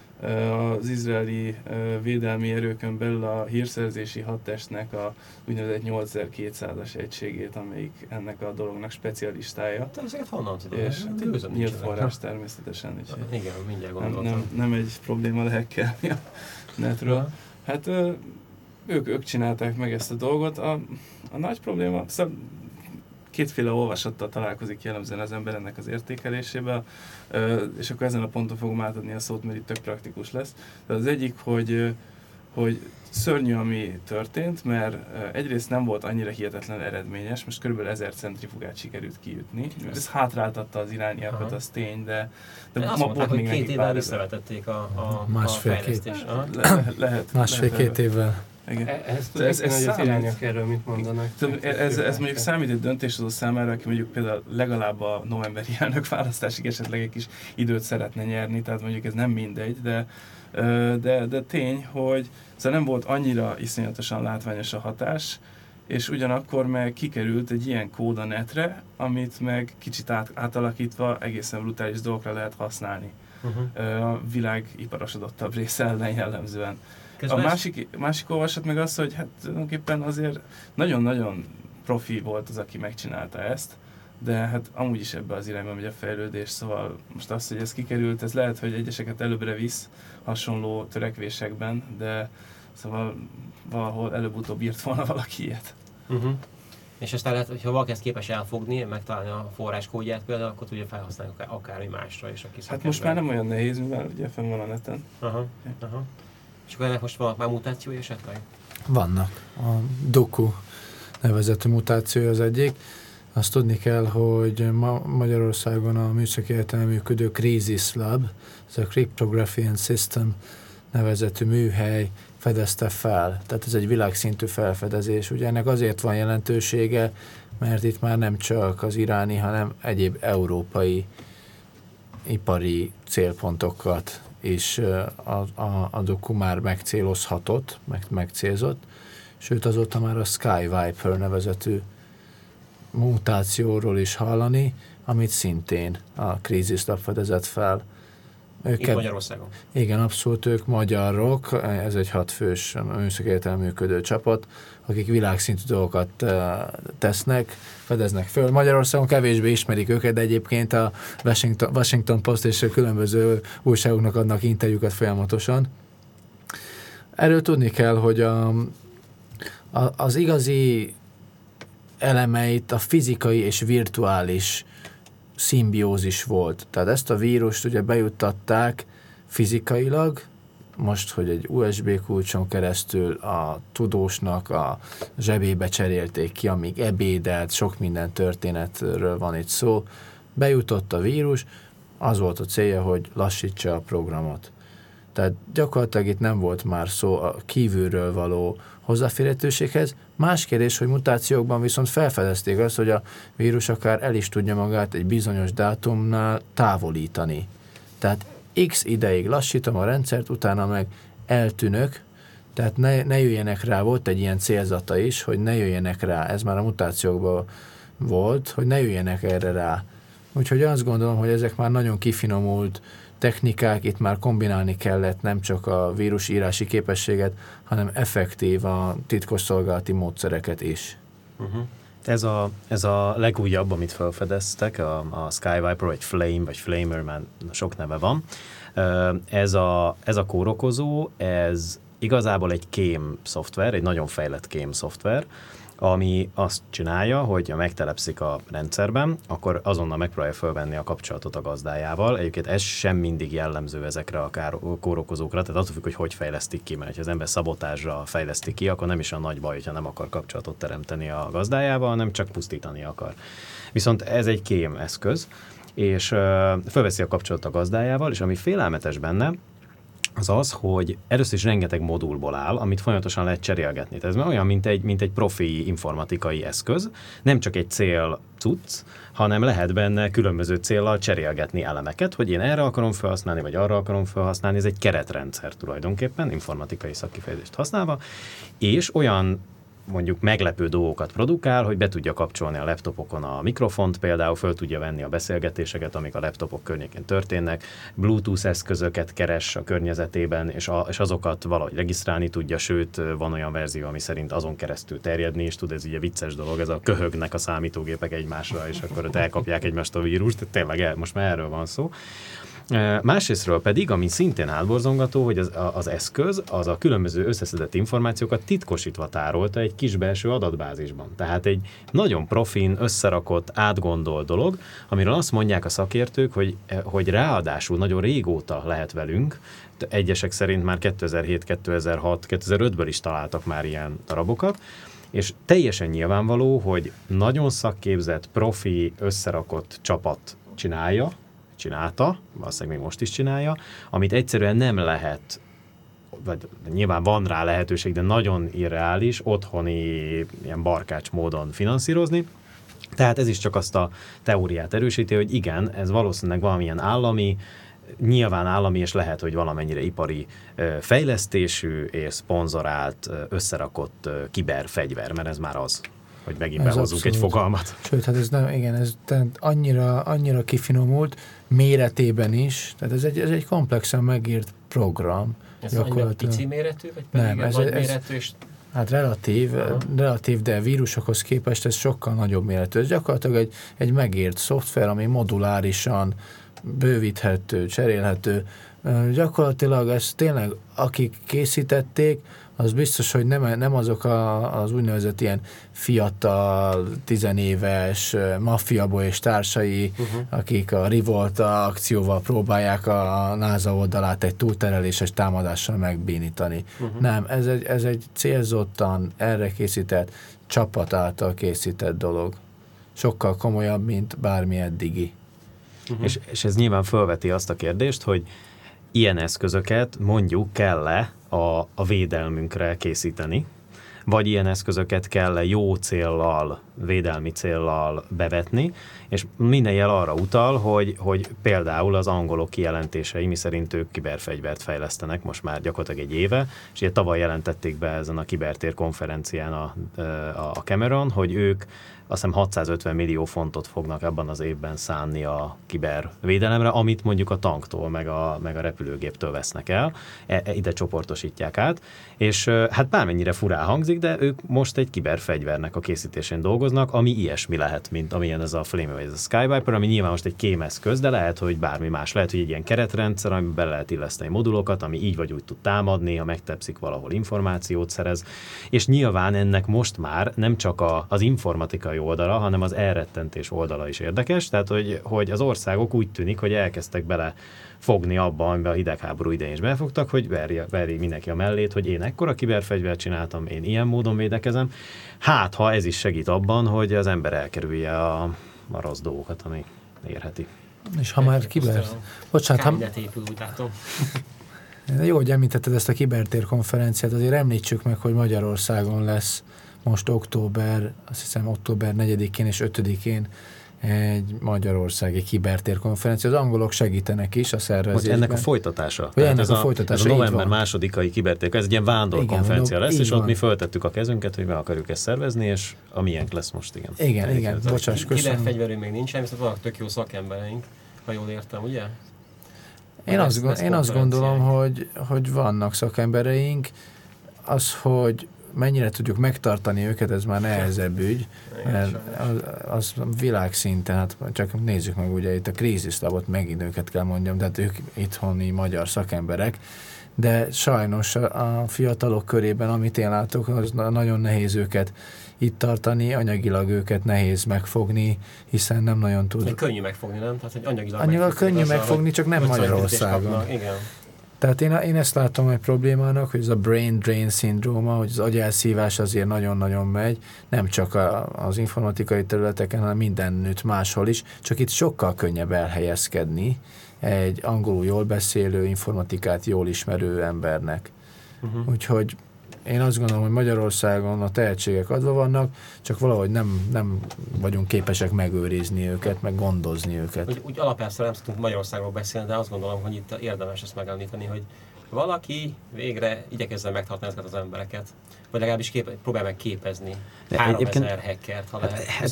az izraeli védelmi erőkön belül a hírszerzési hadtestnek a úgynevezett nyolcezer-kétszázas egységét, amelyik ennek a dolognak specialistája. Te ezeket honnan tudod? És hát nyílt forrás természetesen. Igen, mindjárt gondoltam. Nem, nem, nem egy probléma lehekkelni a netről. Hát ők, ők csinálták meg ezt a dolgot. A, a nagy probléma, szóval kétféle olvasattal találkozik jellemzően az ember ennek az értékelésével, és akkor ezen a ponton fogom átadni a szót, mert itt tök praktikus lesz. De az egyik, hogy, hogy szörnyű, ami történt, mert egyrészt nem volt annyira hihetetlen eredményes, most körülbelül ezer centrifugát sikerült kiütni. Ez hátráltatta az irániakat, az tény, de, de, de azt ma mondták, hogy két évvel visszavetették a, a, másfél, a fejlesztést. Két. Le, lehet, Másfél-két évvel. Igen. Ez, ez, ez hogy az irányok erről mit mondanak? Ez, ez mondjuk számít egy döntéshozó számára, aki mondjuk például legalább a novemberi elnök választásig esetleg egy kis időt szeretne nyerni, tehát mondjuk ez nem mindegy, de, de, de tény, hogy szóval nem volt annyira iszonyatosan látványos a hatás, és ugyanakkor meg kikerült egy ilyen kód a netre, amit meg kicsit át, átalakítva egészen brutális dolgokra lehet használni. Uh-huh. A világ iparosodottabb része ellen jellemzően. A másik, másik olvasat meg az, hogy hát tulajdonképpen azért nagyon-nagyon profi volt az, aki megcsinálta ezt, de hát amúgy is ebbe az irányba megy a fejlődés, szóval most az, hogy ez kikerült, ez lehet, hogy egyeseket előbbre visz, hasonló törekvésekben, de szóval valahol előbb-utóbb írt volna valaki ilyet. Uh-huh. És aztán lehet, hogyha valaki ezt képes elfogni, megtalálni a forráskódját például, akkor tudja felhasználni akár, akármi másra is. Aki hát most már nem olyan nehéz, mivel ugye fenn van a neten. Aha, aha. És akkor ennek most vannak már mutációi esetleg? Vannak. A Doku nevezetű mutáció az egyik. Azt tudni kell, hogy ma Magyarországon a Műszaki Egyetemen működő Crisis Lab, ez a Cryptography and System nevezetű műhely fedezte fel. Tehát ez egy világszintű felfedezés. Ugye ennek azért van jelentősége, mert itt már nem csak az iráni, hanem egyéb európai ipari célpontokat is a, a, a Doku már megcélozhatott, meg, megcélzott, sőt azóta már a Sky Viper nevezetű mutációról is hallani, amit szintén a Crisis Lab fedezett fel. Ők Itt Magyarországon? Igen, abszolút ők magyarok, ez egy hatfős műszaki egyetemen működő csapat, akik világszintű dolgokat tesznek, fedeznek föl. Magyarországon kevésbé ismerik őket, de egyébként a Washington, Washington Post és a különböző újságoknak adnak interjúkat folyamatosan. Erről tudni kell, hogy a, a, az igazi elemeit a fizikai és virtuális szimbiózis volt. Tehát ezt a vírust ugye bejuttatták fizikailag, most, hogy egy u es bé kulcson keresztül a tudósnak a zsebébe cserélték ki, amíg ebédelt, sok minden történetről van itt szó, bejutott a vírus, az volt a célja, hogy lassítsa a programot. Tehát gyakorlatilag itt nem volt már szó a kívülről való hozzáférhetőséghez. Más kérdés, hogy mutációkban viszont felfedezték azt, hogy a vírus akár el is tudja magát egy bizonyos dátumnál távolítani. Tehát x ideig lassítom a rendszert, utána meg eltűnök, tehát ne, ne jöjjenek rá, volt egy ilyen célzata is, hogy ne jöjjenek rá, ez már a mutációkban volt, hogy ne jöjjenek erre rá. Úgyhogy azt gondolom, hogy ezek már nagyon kifinomult technikák, itt már kombinálni kellett nem csak a vírusírási képességet, hanem effektív a titkosszolgálati módszereket is. Uh-huh. Ez, a, ez a legújabb, amit felfedeztek, a, a Sky Viper, vagy Flame, vagy Flamer, már sok neve van. Ez a, ez a kórokozó, ez igazából egy kém szoftver, egy nagyon fejlett kém szoftver, ami azt csinálja, hogy ha megtelepszik a rendszerben, akkor azonnal megpróbálja fölvenni a kapcsolatot a gazdájával. Egyébként ez sem mindig jellemző ezekre a kórokozókra, tehát attól függ, hogy hogy fejlesztik ki, mert ha az ember szabotázsra fejleszti ki, akkor nem is a nagy baj, hogyha nem akar kapcsolatot teremteni a gazdájával, hanem csak pusztítani akar. Viszont ez egy kém eszköz, és uh, fölveszi a kapcsolatot a gazdájával, és ami félelmetes benne, az az, hogy először is rengeteg modulból áll, amit folyamatosan lehet cserélgetni. Tehát ez olyan, mint egy, mint egy profi informatikai eszköz, nem csak egy cél cucc, hanem lehet benne különböző céllal cserélgetni elemeket, hogy én erre akarom felhasználni, vagy arra akarom felhasználni. Ez egy keretrendszer tulajdonképpen, informatikai szakkifejezést használva, és olyan mondjuk meglepő dolgokat produkál, hogy be tudja kapcsolni a laptopokon a mikrofont, például föl tudja venni a beszélgetéseket, amik a laptopok környékén történnek, Bluetooth eszközöket keres a környezetében, és, a, és azokat valahogy regisztrálni tudja, sőt, van olyan verzió, ami szerint azon keresztül terjedni, és tud, ez ugye vicces dolog, ez a köhögnek a számítógépek egymásra, és akkor ott elkapják egymást a vírust, tehát tényleg el, most már erről van szó. Másrésztről pedig, ami szintén hátborzongató, hogy az, az eszköz az a különböző összeszedett információkat titkosítva tárolta egy kis belső adatbázisban. Tehát egy nagyon profin, összerakott, átgondolt dolog, amiről azt mondják a szakértők, hogy, hogy ráadásul nagyon régóta lehet velünk, egyesek szerint már kétezer-hét, kétezer-hat, kétezer-ötből is találtak már ilyen darabokat, és teljesen nyilvánvaló, hogy nagyon szakképzett, profi, összerakott csapat csinálja, csinálta, valószínűleg még most is csinálja, amit egyszerűen nem lehet, vagy nyilván van rá lehetőség, de nagyon irreális, otthoni, ilyen barkács módon finanszírozni. Tehát ez is csak azt a teóriát erősíti, hogy igen, ez valószínűleg valamilyen állami, nyilván állami, és lehet, hogy valamennyire ipari fejlesztésű és szponzorált, összerakott kiberfegyver, mert ez már az, hogy megint behozzunk egy fogalmat. Sőt, hát ez nem, igen, ez annyira, annyira kifinomult méretében is, tehát ez egy, ez egy komplexen megírt program. Ez annyira pici méretű, vagy pedig nem, ez, nagy ez, méretű és... Hát relatív, uh-huh. relatív, de vírusokhoz képest ez sokkal nagyobb méretű. Ez gyakorlatilag egy, egy megírt szoftver, ami modulárisan bővíthető, cserélhető. Gyakorlatilag ezt tényleg, akik készítették, az biztos, hogy nem, nem azok a, az úgynevezett ilyen fiatal, tizenéves maffiaboly és társai, uh-huh. akik a Rivolta akcióval próbálják a NASA oldalát egy túltereléses támadással megbénítani. Uh-huh. Nem, ez egy, ez egy célzottan erre készített, csapat által készített dolog. Sokkal komolyabb, mint bármi eddigi. Uh-huh. És, és ez nyilván felveti azt a kérdést, hogy ilyen eszközöket mondjuk kell-e a, a védelmünkre készíteni, vagy ilyen eszközöket kell-e jó céllal, védelmi céllal bevetni, és minden jel arra utal, hogy, hogy például az angolok kijelentései, miszerint ők kiberfegyvert fejlesztenek most már gyakorlatilag egy éve, és ugye tavaly jelentették be ezen a kibertér konferencián a, a Cameron, hogy ők azt hiszem hatszázötven millió fontot fognak ebben az évben szánni a kibervédelemre, amit mondjuk a tanktól, meg a, meg a repülőgéptől vesznek el, e, e, ide csoportosítják át, és hát bármennyire furán hangzik, de ők most egy kiberfegyvernek a készítésén dolgoznak, ami ilyesmi lehet, mint amilyen ez a Flame, ez a Skyviper, ami nyilván most egy kémeszköz, de lehet, hogy bármi más. Lehet, hogy egy ilyen keretrendszer, amiben bele lehet illeszteni modulokat, ami így vagy úgy tud támadni, ha megtepszik valahol információt szerez, és nyilván ennek most már nem csak a, az informatikai oldala, hanem az elrettentés oldala is érdekes, tehát hogy, hogy az országok úgy tűnik, hogy elkezdtek bele fogni abba, amiben a hidegháború idején is belefogtak, hogy verje, verje mindenki a mellét, hogy én ekkora kiberfegyvert csináltam, én ilyen módon védekezem. Hát, ha ez is segít abban, hogy az ember elkerülje a, a rossz dolgokat, ami érheti. És ha már kiber... Bocsánat, ha... épül, úgy látom. Jó, hogy említetted ezt a kibertér konferenciát, azért említsük meg, hogy Magyarországon lesz most október, azt hiszem október negyedikén és ötödikén egy magyarországi kibertér konferencia. Az angolok segítenek is a szervezésben. Most ennek a folytatása. Tehát ennek ez a, a folytatása, ez a november másodikai kibertér, ez egy ilyen vándor igen, konferencia lesz, és van. Ott mi föltettük a kezünket, hogy meg akarjuk ezt szervezni, és a miénk lesz most, igen. Igen, Elég igen, bocsáss, köszönöm. Kiberfegyverünk még nincsen, viszont vannak tök jó szakembereink, ha jól értem, ugye? Én azt, gond, én azt gondolom, hogy, hogy vannak szakembereink, az, hogy mennyire tudjuk megtartani őket, ez már nehezebb ügy, mert az, az világszinten, hát csak nézzük meg, ugye itt a kríziszlabot megint őket kell mondjam, tehát ők itthoni magyar szakemberek, de sajnos a fiatalok körében, amit én látok, az nagyon nehéz őket itt tartani, anyagilag őket nehéz megfogni, hiszen nem nagyon tud. De könnyű megfogni, nem? Tehát, hogy anyagilag, anyagilag könnyű megfogni, csak nem Magyarországon. Igen. Tehát én, én ezt látom egy problémának, hogy ez a brain drain szindróma, hogy az agyelszívás azért nagyon-nagyon megy, nem csak a, az informatikai területeken, hanem mindenütt máshol is, csak itt sokkal könnyebb elhelyezkedni egy angolul jól beszélő, informatikát jól ismerő embernek. Uh-huh. Úgyhogy én azt gondolom, hogy Magyarországon a tehetségek adva vannak, csak valahogy nem, nem vagyunk képesek megőrizni őket, meg gondozni őket. Úgy, úgy alapjában nem szoktunk Magyarországról beszélni, de azt gondolom, hogy itt érdemes ezt megemlíteni, hogy valaki végre igyekezzen megtartani ezeket az embereket, vagy legalábbis kép, próbál meg képezni háromezer hackert, ha lehet. Hát,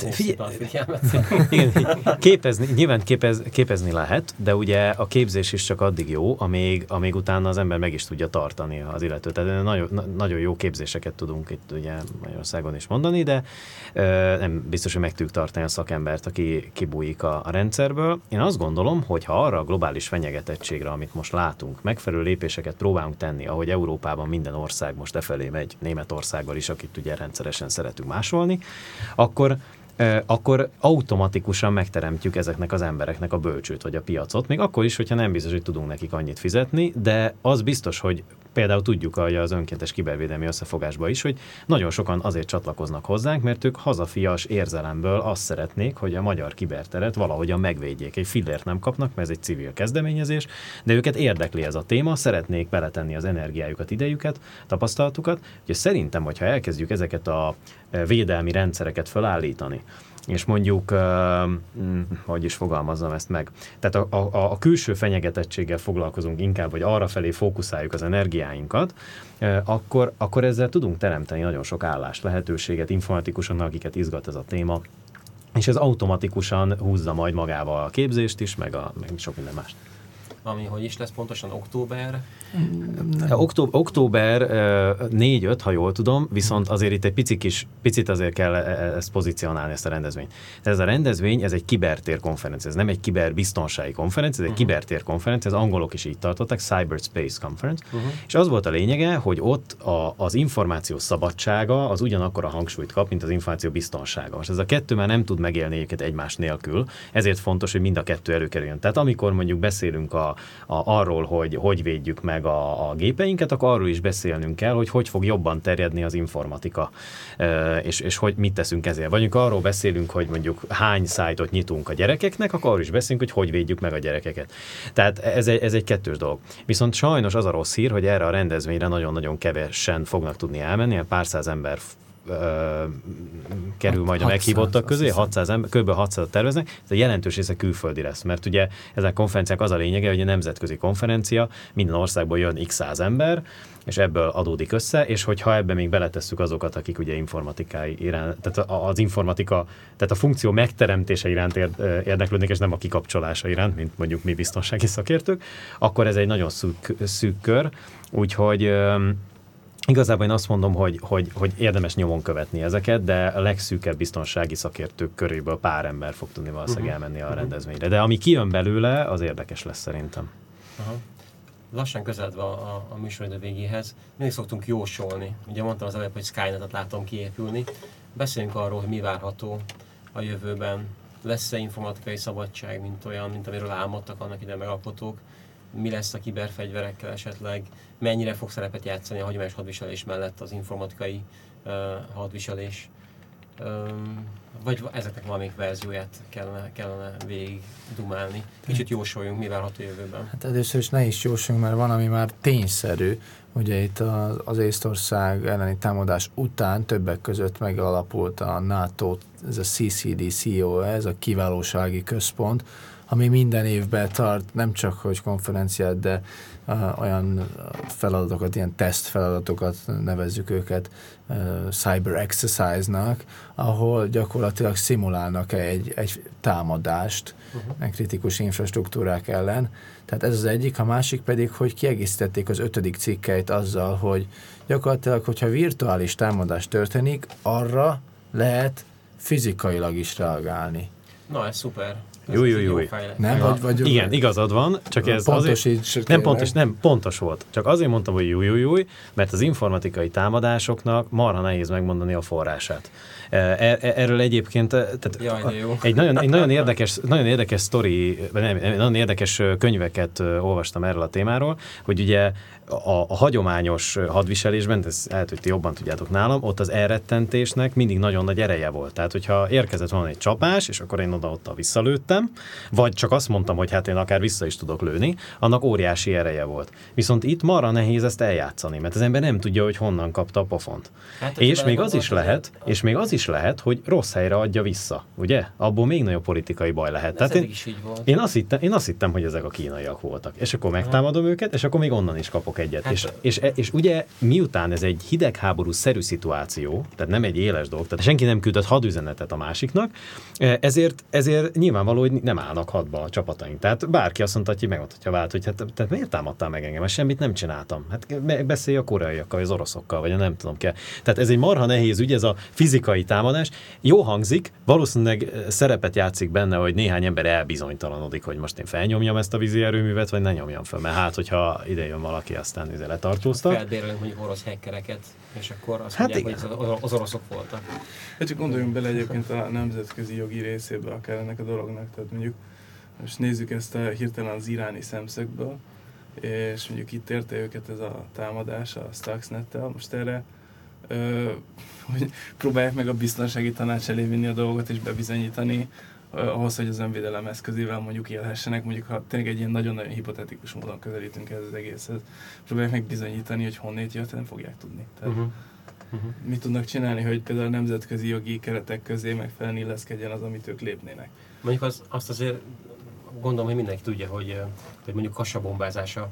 hát igen, képezni, nyilván képez, képezni lehet, de ugye a képzés is csak addig jó, amíg, amíg utána az ember meg is tudja tartani az illetőt. Tehát nagyon, nagyon jó képzéseket tudunk itt ugye Magyarországon is mondani, de ö, nem biztos, hogy meg tudjuk tartani a szakembert, aki kibújik a, a rendszerből. Én azt gondolom, hogy ha arra a globális fenyegetettségre, amit most látunk, megfelelő lépéseket próbálunk tenni, ahogy Európában minden ország most e felé megy, Németországgal is, akit ugye rendszeresen szeretünk másolni, akkor, eh, akkor automatikusan megteremtjük ezeknek az embereknek a bölcsőt vagy a piacot, még akkor is, hogyha nem biztos, hogy tudunk nekik annyit fizetni, de az biztos, hogy például tudjuk hogy az önkéntes kibervédelmi összefogásban is, hogy nagyon sokan azért csatlakoznak hozzánk, mert ők hazafias érzelemből azt szeretnék, hogy a magyar kiberteret valahogyan megvédjék. Egy fillért nem kapnak, mert ez egy civil kezdeményezés, de őket érdekli ez a téma, szeretnék beletenni az energiájukat, idejüket, tapasztalatukat. Úgyhogy szerintem, hogyha elkezdjük ezeket a védelmi rendszereket felállítani, és mondjuk, uh, hogy is fogalmazzam ezt meg, tehát a, a, a külső fenyegetettséggel foglalkozunk inkább, vagy arra felé fókuszáljuk az energiáinkat, uh, akkor, akkor ezzel tudunk teremteni nagyon sok állást, lehetőséget informatikusan, akiket izgat ez a téma, és ez automatikusan húzza majd magával a képzést is, meg, a, meg sok minden mást. ami hogy is lesz pontosan október? Október, október négy-öt, ha jól tudom, viszont azért itt egy pici kis, picit azért kell ezt pozícionálni, ezt a rendezvényt. Ez a rendezvény, ez egy kibertérkonferencia, ez nem egy kiberbiztonsági konferencia, ez egy uh-huh. kibertérkonferencia, az angolok is így tartották, Cyberspace Conference, uh-huh. és az volt a lényege, hogy ott a, az információ szabadsága az ugyanakkor a hangsúlyt kap, mint az információ biztonsága. Most ez a kettő már nem tud megélni egyébként egymás nélkül, ezért fontos, hogy mind a kettő előkerüljön. Tehát amikor mondjuk beszélünk a, a, arról, hogy hogy védjük meg a, a gépeinket, akkor arról is beszélnünk kell, hogy hogy fog jobban terjedni az informatika, és, és hogy mit teszünk ezért. Vagy amikor arról beszélünk, hogy mondjuk hány szájtot nyitunk a gyerekeknek, akkor arról is beszélünk, hogy hogy védjük meg a gyerekeket. Tehát ez egy, ez egy kettős dolog. Viszont sajnos az a rossz hír, hogy erre a rendezvényre nagyon-nagyon kevesen fognak tudni elmenni, pár száz ember Ö, kerül majd a meghívottak közé, hatszáz ember, kb. hatszáz terveznek, ez a jelentős része külföldi lesz, mert ugye ezek a konferenciák az a lényege, hogy a nemzetközi konferencia, minden országból jön x száz ember, és ebből adódik össze, és hogyha ebbe még beletesszük azokat, akik ugye informatikai iránt, tehát az informatika, tehát a funkció megteremtése iránt érdeklődnek, és nem a kikapcsolása iránt, mint mondjuk mi biztonsági szakértők, akkor ez egy nagyon szűk, szűk kör, úgyhogy igazából én azt mondom, hogy, hogy, hogy érdemes nyomon követni ezeket, de a legszűkebb biztonsági szakértők köréből pár ember fog tudni valószínűleg uh-huh. elmenni a rendezvényre. De ami kijön belőle, az érdekes lesz szerintem. Aha. Lassan közeledve a, a, a műsoridő végéhez, mindig szoktunk jósolni. Ugye mondtam az előbb, hogy Skynetet látom kiépülni. Beszéljünk arról, hogy mi várható a jövőben. Lesz-e informatikai szabadság, mint olyan, mint amiről álmodtak annak ide megalkotók? Mi lesz a kiberfegyverekkel esetleg? Mennyire fog szerepet játszani a hagyományos hadviselés mellett az informatikai uh, hadviselés? Um, vagy ezeknek valamelyik verzióját kellene, kellene végig dumálni. Kicsit jósoljunk, mi várható jövőben. Hát először is ne is jósoljunk, mert van, ami már tényszerű. Ugye itt az, az Észtország elleni támadás után többek között megalapult a NATO, ez a C C D C O, ez a kiválósági központ, ami minden évben tart, nem csak hogy konferenciát, de uh, olyan feladatokat, ilyen teszt feladatokat nevezzük őket uh, cyber exercise-nak, ahol gyakorlatilag szimulálnak egy, egy támadást uh-huh. kritikus infrastruktúrák ellen. Tehát ez az egyik, a másik pedig, hogy kiegészítették az ötödik cikkeit azzal, hogy gyakorlatilag, hogyha virtuális támadás történik, arra lehet fizikailag is reagálni. Na, ez szuper. Jó, jó, jó. Nem, vagy, vagy igen, igazad van, csak ez azért, nem pontos, nem pontos volt. Csak azért mondtam, hogy jó, jó, jó, mert az informatikai támadásoknak marha nehéz megmondani a forrását. Erről egyébként tehát Jaj, jó. egy nagyon, egy nagyon érdekes, nagyon érdekes sztori, nem, nagyon érdekes könyveket olvastam erről a témáról, hogy ugye a, a hagyományos hadviselésben, ez lehet, hogy ti jobban tudjátok nálam, ott az elrettentésnek mindig nagyon nagy ereje volt. Tehát, hogyha érkezett volna egy csapás, és akkor én oda-ott visszalőttem, vagy csak azt mondtam, hogy hát én akár vissza is tudok lőni, annak óriási ereje volt. Viszont itt marra nehéz ezt eljátszani, mert az ember nem tudja, hogy honnan kapta a pofont. Hát, és még az is lehet, az... és még az is lehet, hogy rossz helyre adja vissza, ugye? Abból még nagyobb politikai baj lehet. Tehát én, is így volt. Én, azt hittem, én azt hittem, hogy ezek a kínaiak voltak. És akkor megtámadom Aha. őket, és akkor még onnan is kapok egyet. Hát, és, és, és ugye miután ez egy hidegháború-szerű szituáció, tehát nem egy éles dolog, tehát senki nem küldött hadüzenetet a másiknak, ezért, ezért nyilvánvaló, hogy nem állnak hadba a csapataink. Tehát bárki azt mondta, hogy megmondhatja vált, hogy hát, tehát miért támadtál meg engem? Mert semmit nem csináltam. Hát beszélj a koreaiakkal, vagy az oroszokkal, vagy nem tudom kell. Tehát ez egy marha nehéz ügy, ez a fizikai támadás. Jó hangzik, valószínűleg szerepet játszik benne, hogy néhány ember elbizonytalanodik, hogy most én felnyomjam ezt a vízi erőművet, vagy ne nyomjam fel, mert hát, hogyha ide jön valaki, aztán letartóztak. Felbérelünk mondjuk orosz hackereket, és akkor azt hát mondják, igen. hogy az oroszok voltak. Hát csak gondoljunk bele egyébként a nemzetközi jogi részébe akár ennek a dolognak, tehát mondjuk most nézzük ezt a hirtelen az iráni szemszögből, és mondjuk itt érte őket ez a támadás a Stuxnet-tel, most erre ö, hogy próbálják meg a biztonsági tanács elé vinni a dolgot és bebizonyítani, ahhoz, hogy az önvédelem eszközével mondjuk élhessenek, mondjuk ha tényleg egy ilyen nagyon-nagyon hipotetikus módon közelítünk ez az egészhez, próbálják meg bizonyítani, hogy honnét jött, nem fogják tudni. Tehát uh-huh. Uh-huh. mit tudnak csinálni, hogy például a nemzetközi jogi keretek közé megfelelően illeszkedjen az, amit ők lépnének. Mondjuk az, azt azért gondolom, hogy mindenki tudja, hogy, hogy mondjuk Kassa bombázása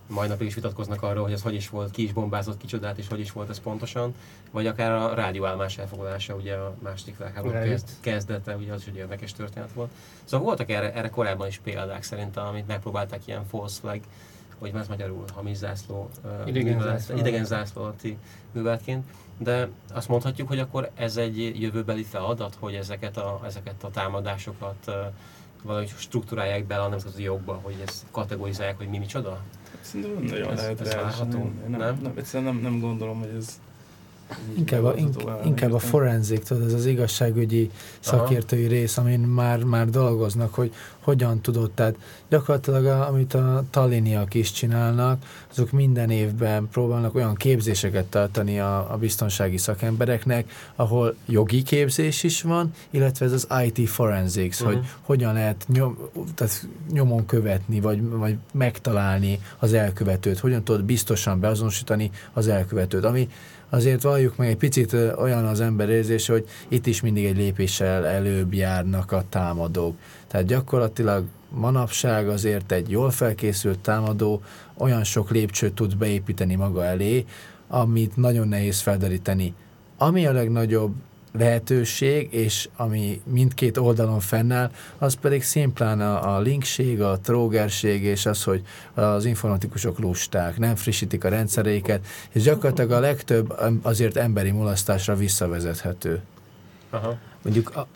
mai napig is vitatkoznak arról, hogy ez hogy is volt, ki is bombázott kicsodát, és hogy is volt ez pontosan, vagy akár a rádióállomás elfoglalása, ugye a második világháború kezd, kezdete, ugye az is egy érdekes történet volt. Szóval voltak erre, erre korábban is példák szerintem, amit megpróbálták ilyen false flag, hogy ez magyarul hamis zászló, idegen, művelet, zászló. idegen zászló alatti műveletként, de azt mondhatjuk, hogy akkor ez egy jövőbeli feladat, hogy ezeket a, ezeket a támadásokat uh, valahogy struktúrálják bele a nemzetközi jogba, hogy ezt kategorizálják, hogy mi micsoda? Szerintem nem nagyon Ez- lehet ez rá, várható, nem, nem, nem? nem, egyszerűen nem, nem gondolom, hogy ez Inkább a, ink, inkább a forenzik, tudod, ez az igazságügyi szakértői rész, amin már, már dolgoznak, hogy hogyan tudod, tehát gyakorlatilag a, amit a talliniak is csinálnak, azok minden évben próbálnak olyan képzéseket tartani a, a biztonsági szakembereknek, ahol jogi képzés is van, illetve ez az i té forensics, uh-huh. hogy hogyan lehet nyom, tehát nyomon követni, vagy, vagy megtalálni az elkövetőt, hogyan tudod biztosan beazonosítani az elkövetőt, ami azért valljuk meg egy picit olyan az ember érzése, hogy itt is mindig egy lépéssel előbb járnak a támadók. Tehát gyakorlatilag manapság azért egy jól felkészült támadó olyan sok lépcsőt tud beépíteni maga elé, amit nagyon nehéz felderíteni. Ami a legnagyobb lehetőség, és ami mindkét oldalon fennáll, az pedig szimplán a, a linkség, a trógerség, és az, hogy az informatikusok lusták, nem frissítik a rendszereiket, és gyakorlatilag a legtöbb azért emberi mulasztásra visszavezethető. Aha. Mondjuk a,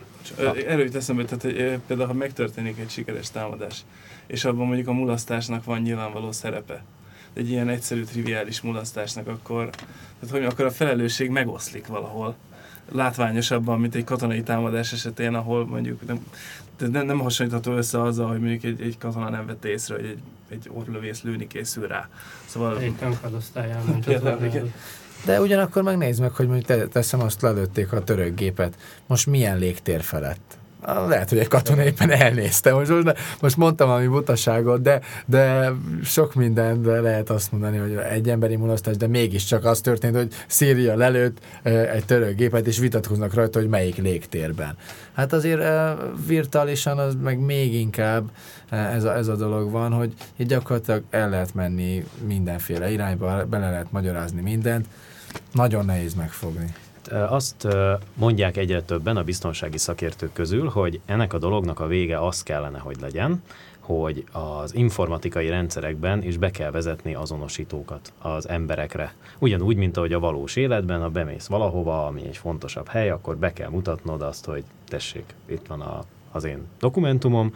Erről jut eszembe, tehát hogy például ha megtörténik egy sikeres támadás, és abban mondjuk a mulasztásnak van nyilvánvaló szerepe, egy ilyen egyszerű, triviális mulasztásnak, akkor, tehát, hogy akkor a felelősség megoszlik valahol. Látványosabban, mint egy katonai támadás esetén, ahol mondjuk nem, nem, nem hasonlítható össze azzal, hogy mondjuk egy, egy katona nem vette észre, hogy egy, egy orrlövész lőni készül rá. Szóval... Egy tankadosztályán ment. De ugyanakkor megnézd meg, hogy mondjuk te, teszem azt, lelőtték a török gépet. Most milyen légtér felett? Lehet, hogy egy katona éppen elnézte. Most, most mondtam valami butaságot, de, de sok mindenre lehet azt mondani, hogy egy emberi mulasztás, de mégiscsak az történt, hogy Szíria lelőtt egy török gépet, és vitatkoznak rajta, hogy melyik légtérben. Hát azért virtuálisan az meg még inkább ez a, ez a dolog van, hogy itt gyakorlatilag el lehet menni mindenféle irányba, bele lehet magyarázni mindent. Nagyon nehéz megfogni. Azt mondják egyre többen a biztonsági szakértők közül, hogy ennek a dolognak a vége az kellene, hogy legyen, hogy az informatikai rendszerekben is be kell vezetni azonosítókat az emberekre. Ugyanúgy, mint ahogy a valós életben, ha bemész valahova, ami egy fontosabb hely, akkor be kell mutatnod azt, hogy tessék, itt van a, az én dokumentumom.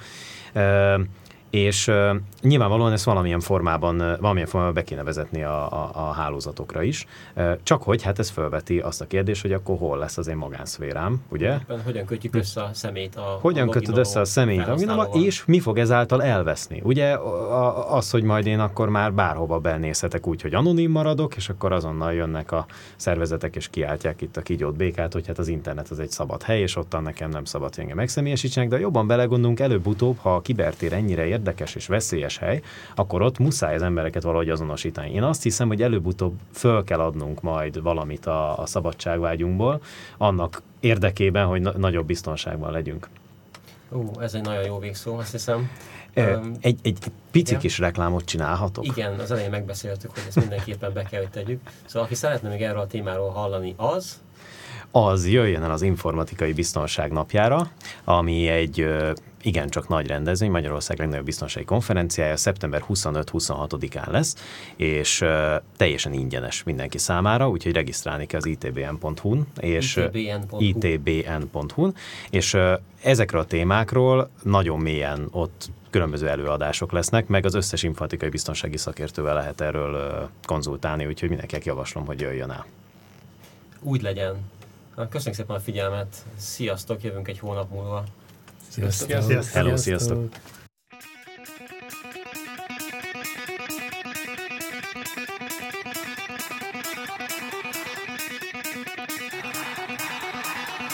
És uh, nyilvánvalóan ezt valamilyen formában, uh, valamilyen formában be kéne vezetni a, a, a hálózatokra is. Uh, csak hogy hát ez felveti azt a kérdést, hogy akkor hol lesz az én magánszférám, ugye? Éppen hogyan kötjük össze a szemét a Hogyan a kötöd össze a szemét a loginóval, és mi fog ezáltal elveszni? Ugye az, hogy majd én akkor már bárhova benézhetek úgy, hogy anonim maradok, és akkor azonnal jönnek a szervezetek, és kiáltják itt a kígyót békát, hogy hát az internet az egy szabad hely, és ottan nekem nem szabad, hogy engem megszemélyesítsenek, de jobban belegondolunk, előbb-utóbb, ha a kibertér ennyire érdekes és veszélyes hely, akkor ott muszáj az embereket valahogy azonosítani. Én azt hiszem, hogy előbb-utóbb föl kell adnunk majd valamit a, a szabadságvágyunkból, annak érdekében, hogy na- nagyobb biztonságban legyünk. Ó, ez egy nagyon jó végszó, azt hiszem. E, egy, egy pici igen. kis reklámot csinálhatok? Igen, az elején megbeszéltük, hogy ezt mindenképpen be kell, hogy tegyük. Szóval aki szeretne még erről a témáról hallani, az... Az jöjjön el az Informatikai Biztonság napjára, ami egy igencsak nagy rendezvény, Magyarország legnagyobb biztonsági konferenciája, szeptember huszonöt-huszonhatodikán lesz, és uh, teljesen ingyenes mindenki számára, úgyhogy regisztrálni kell az i té bé en pont hu-n, és i té bé en pont hu-n, és uh, ezekről a témákról nagyon mélyen ott különböző előadások lesznek, meg az összes informatikai biztonsági szakértővel lehet erről uh, konzultálni, úgyhogy mindenkinek javaslom, hogy jöjjön el. Úgy legyen. Köszönjük szépen a figyelmet, sziasztok, jövünk egy hónap múlva. Sziasztok! Sziasztok. Hello, sziasztok!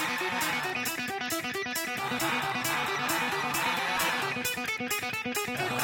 Yeah.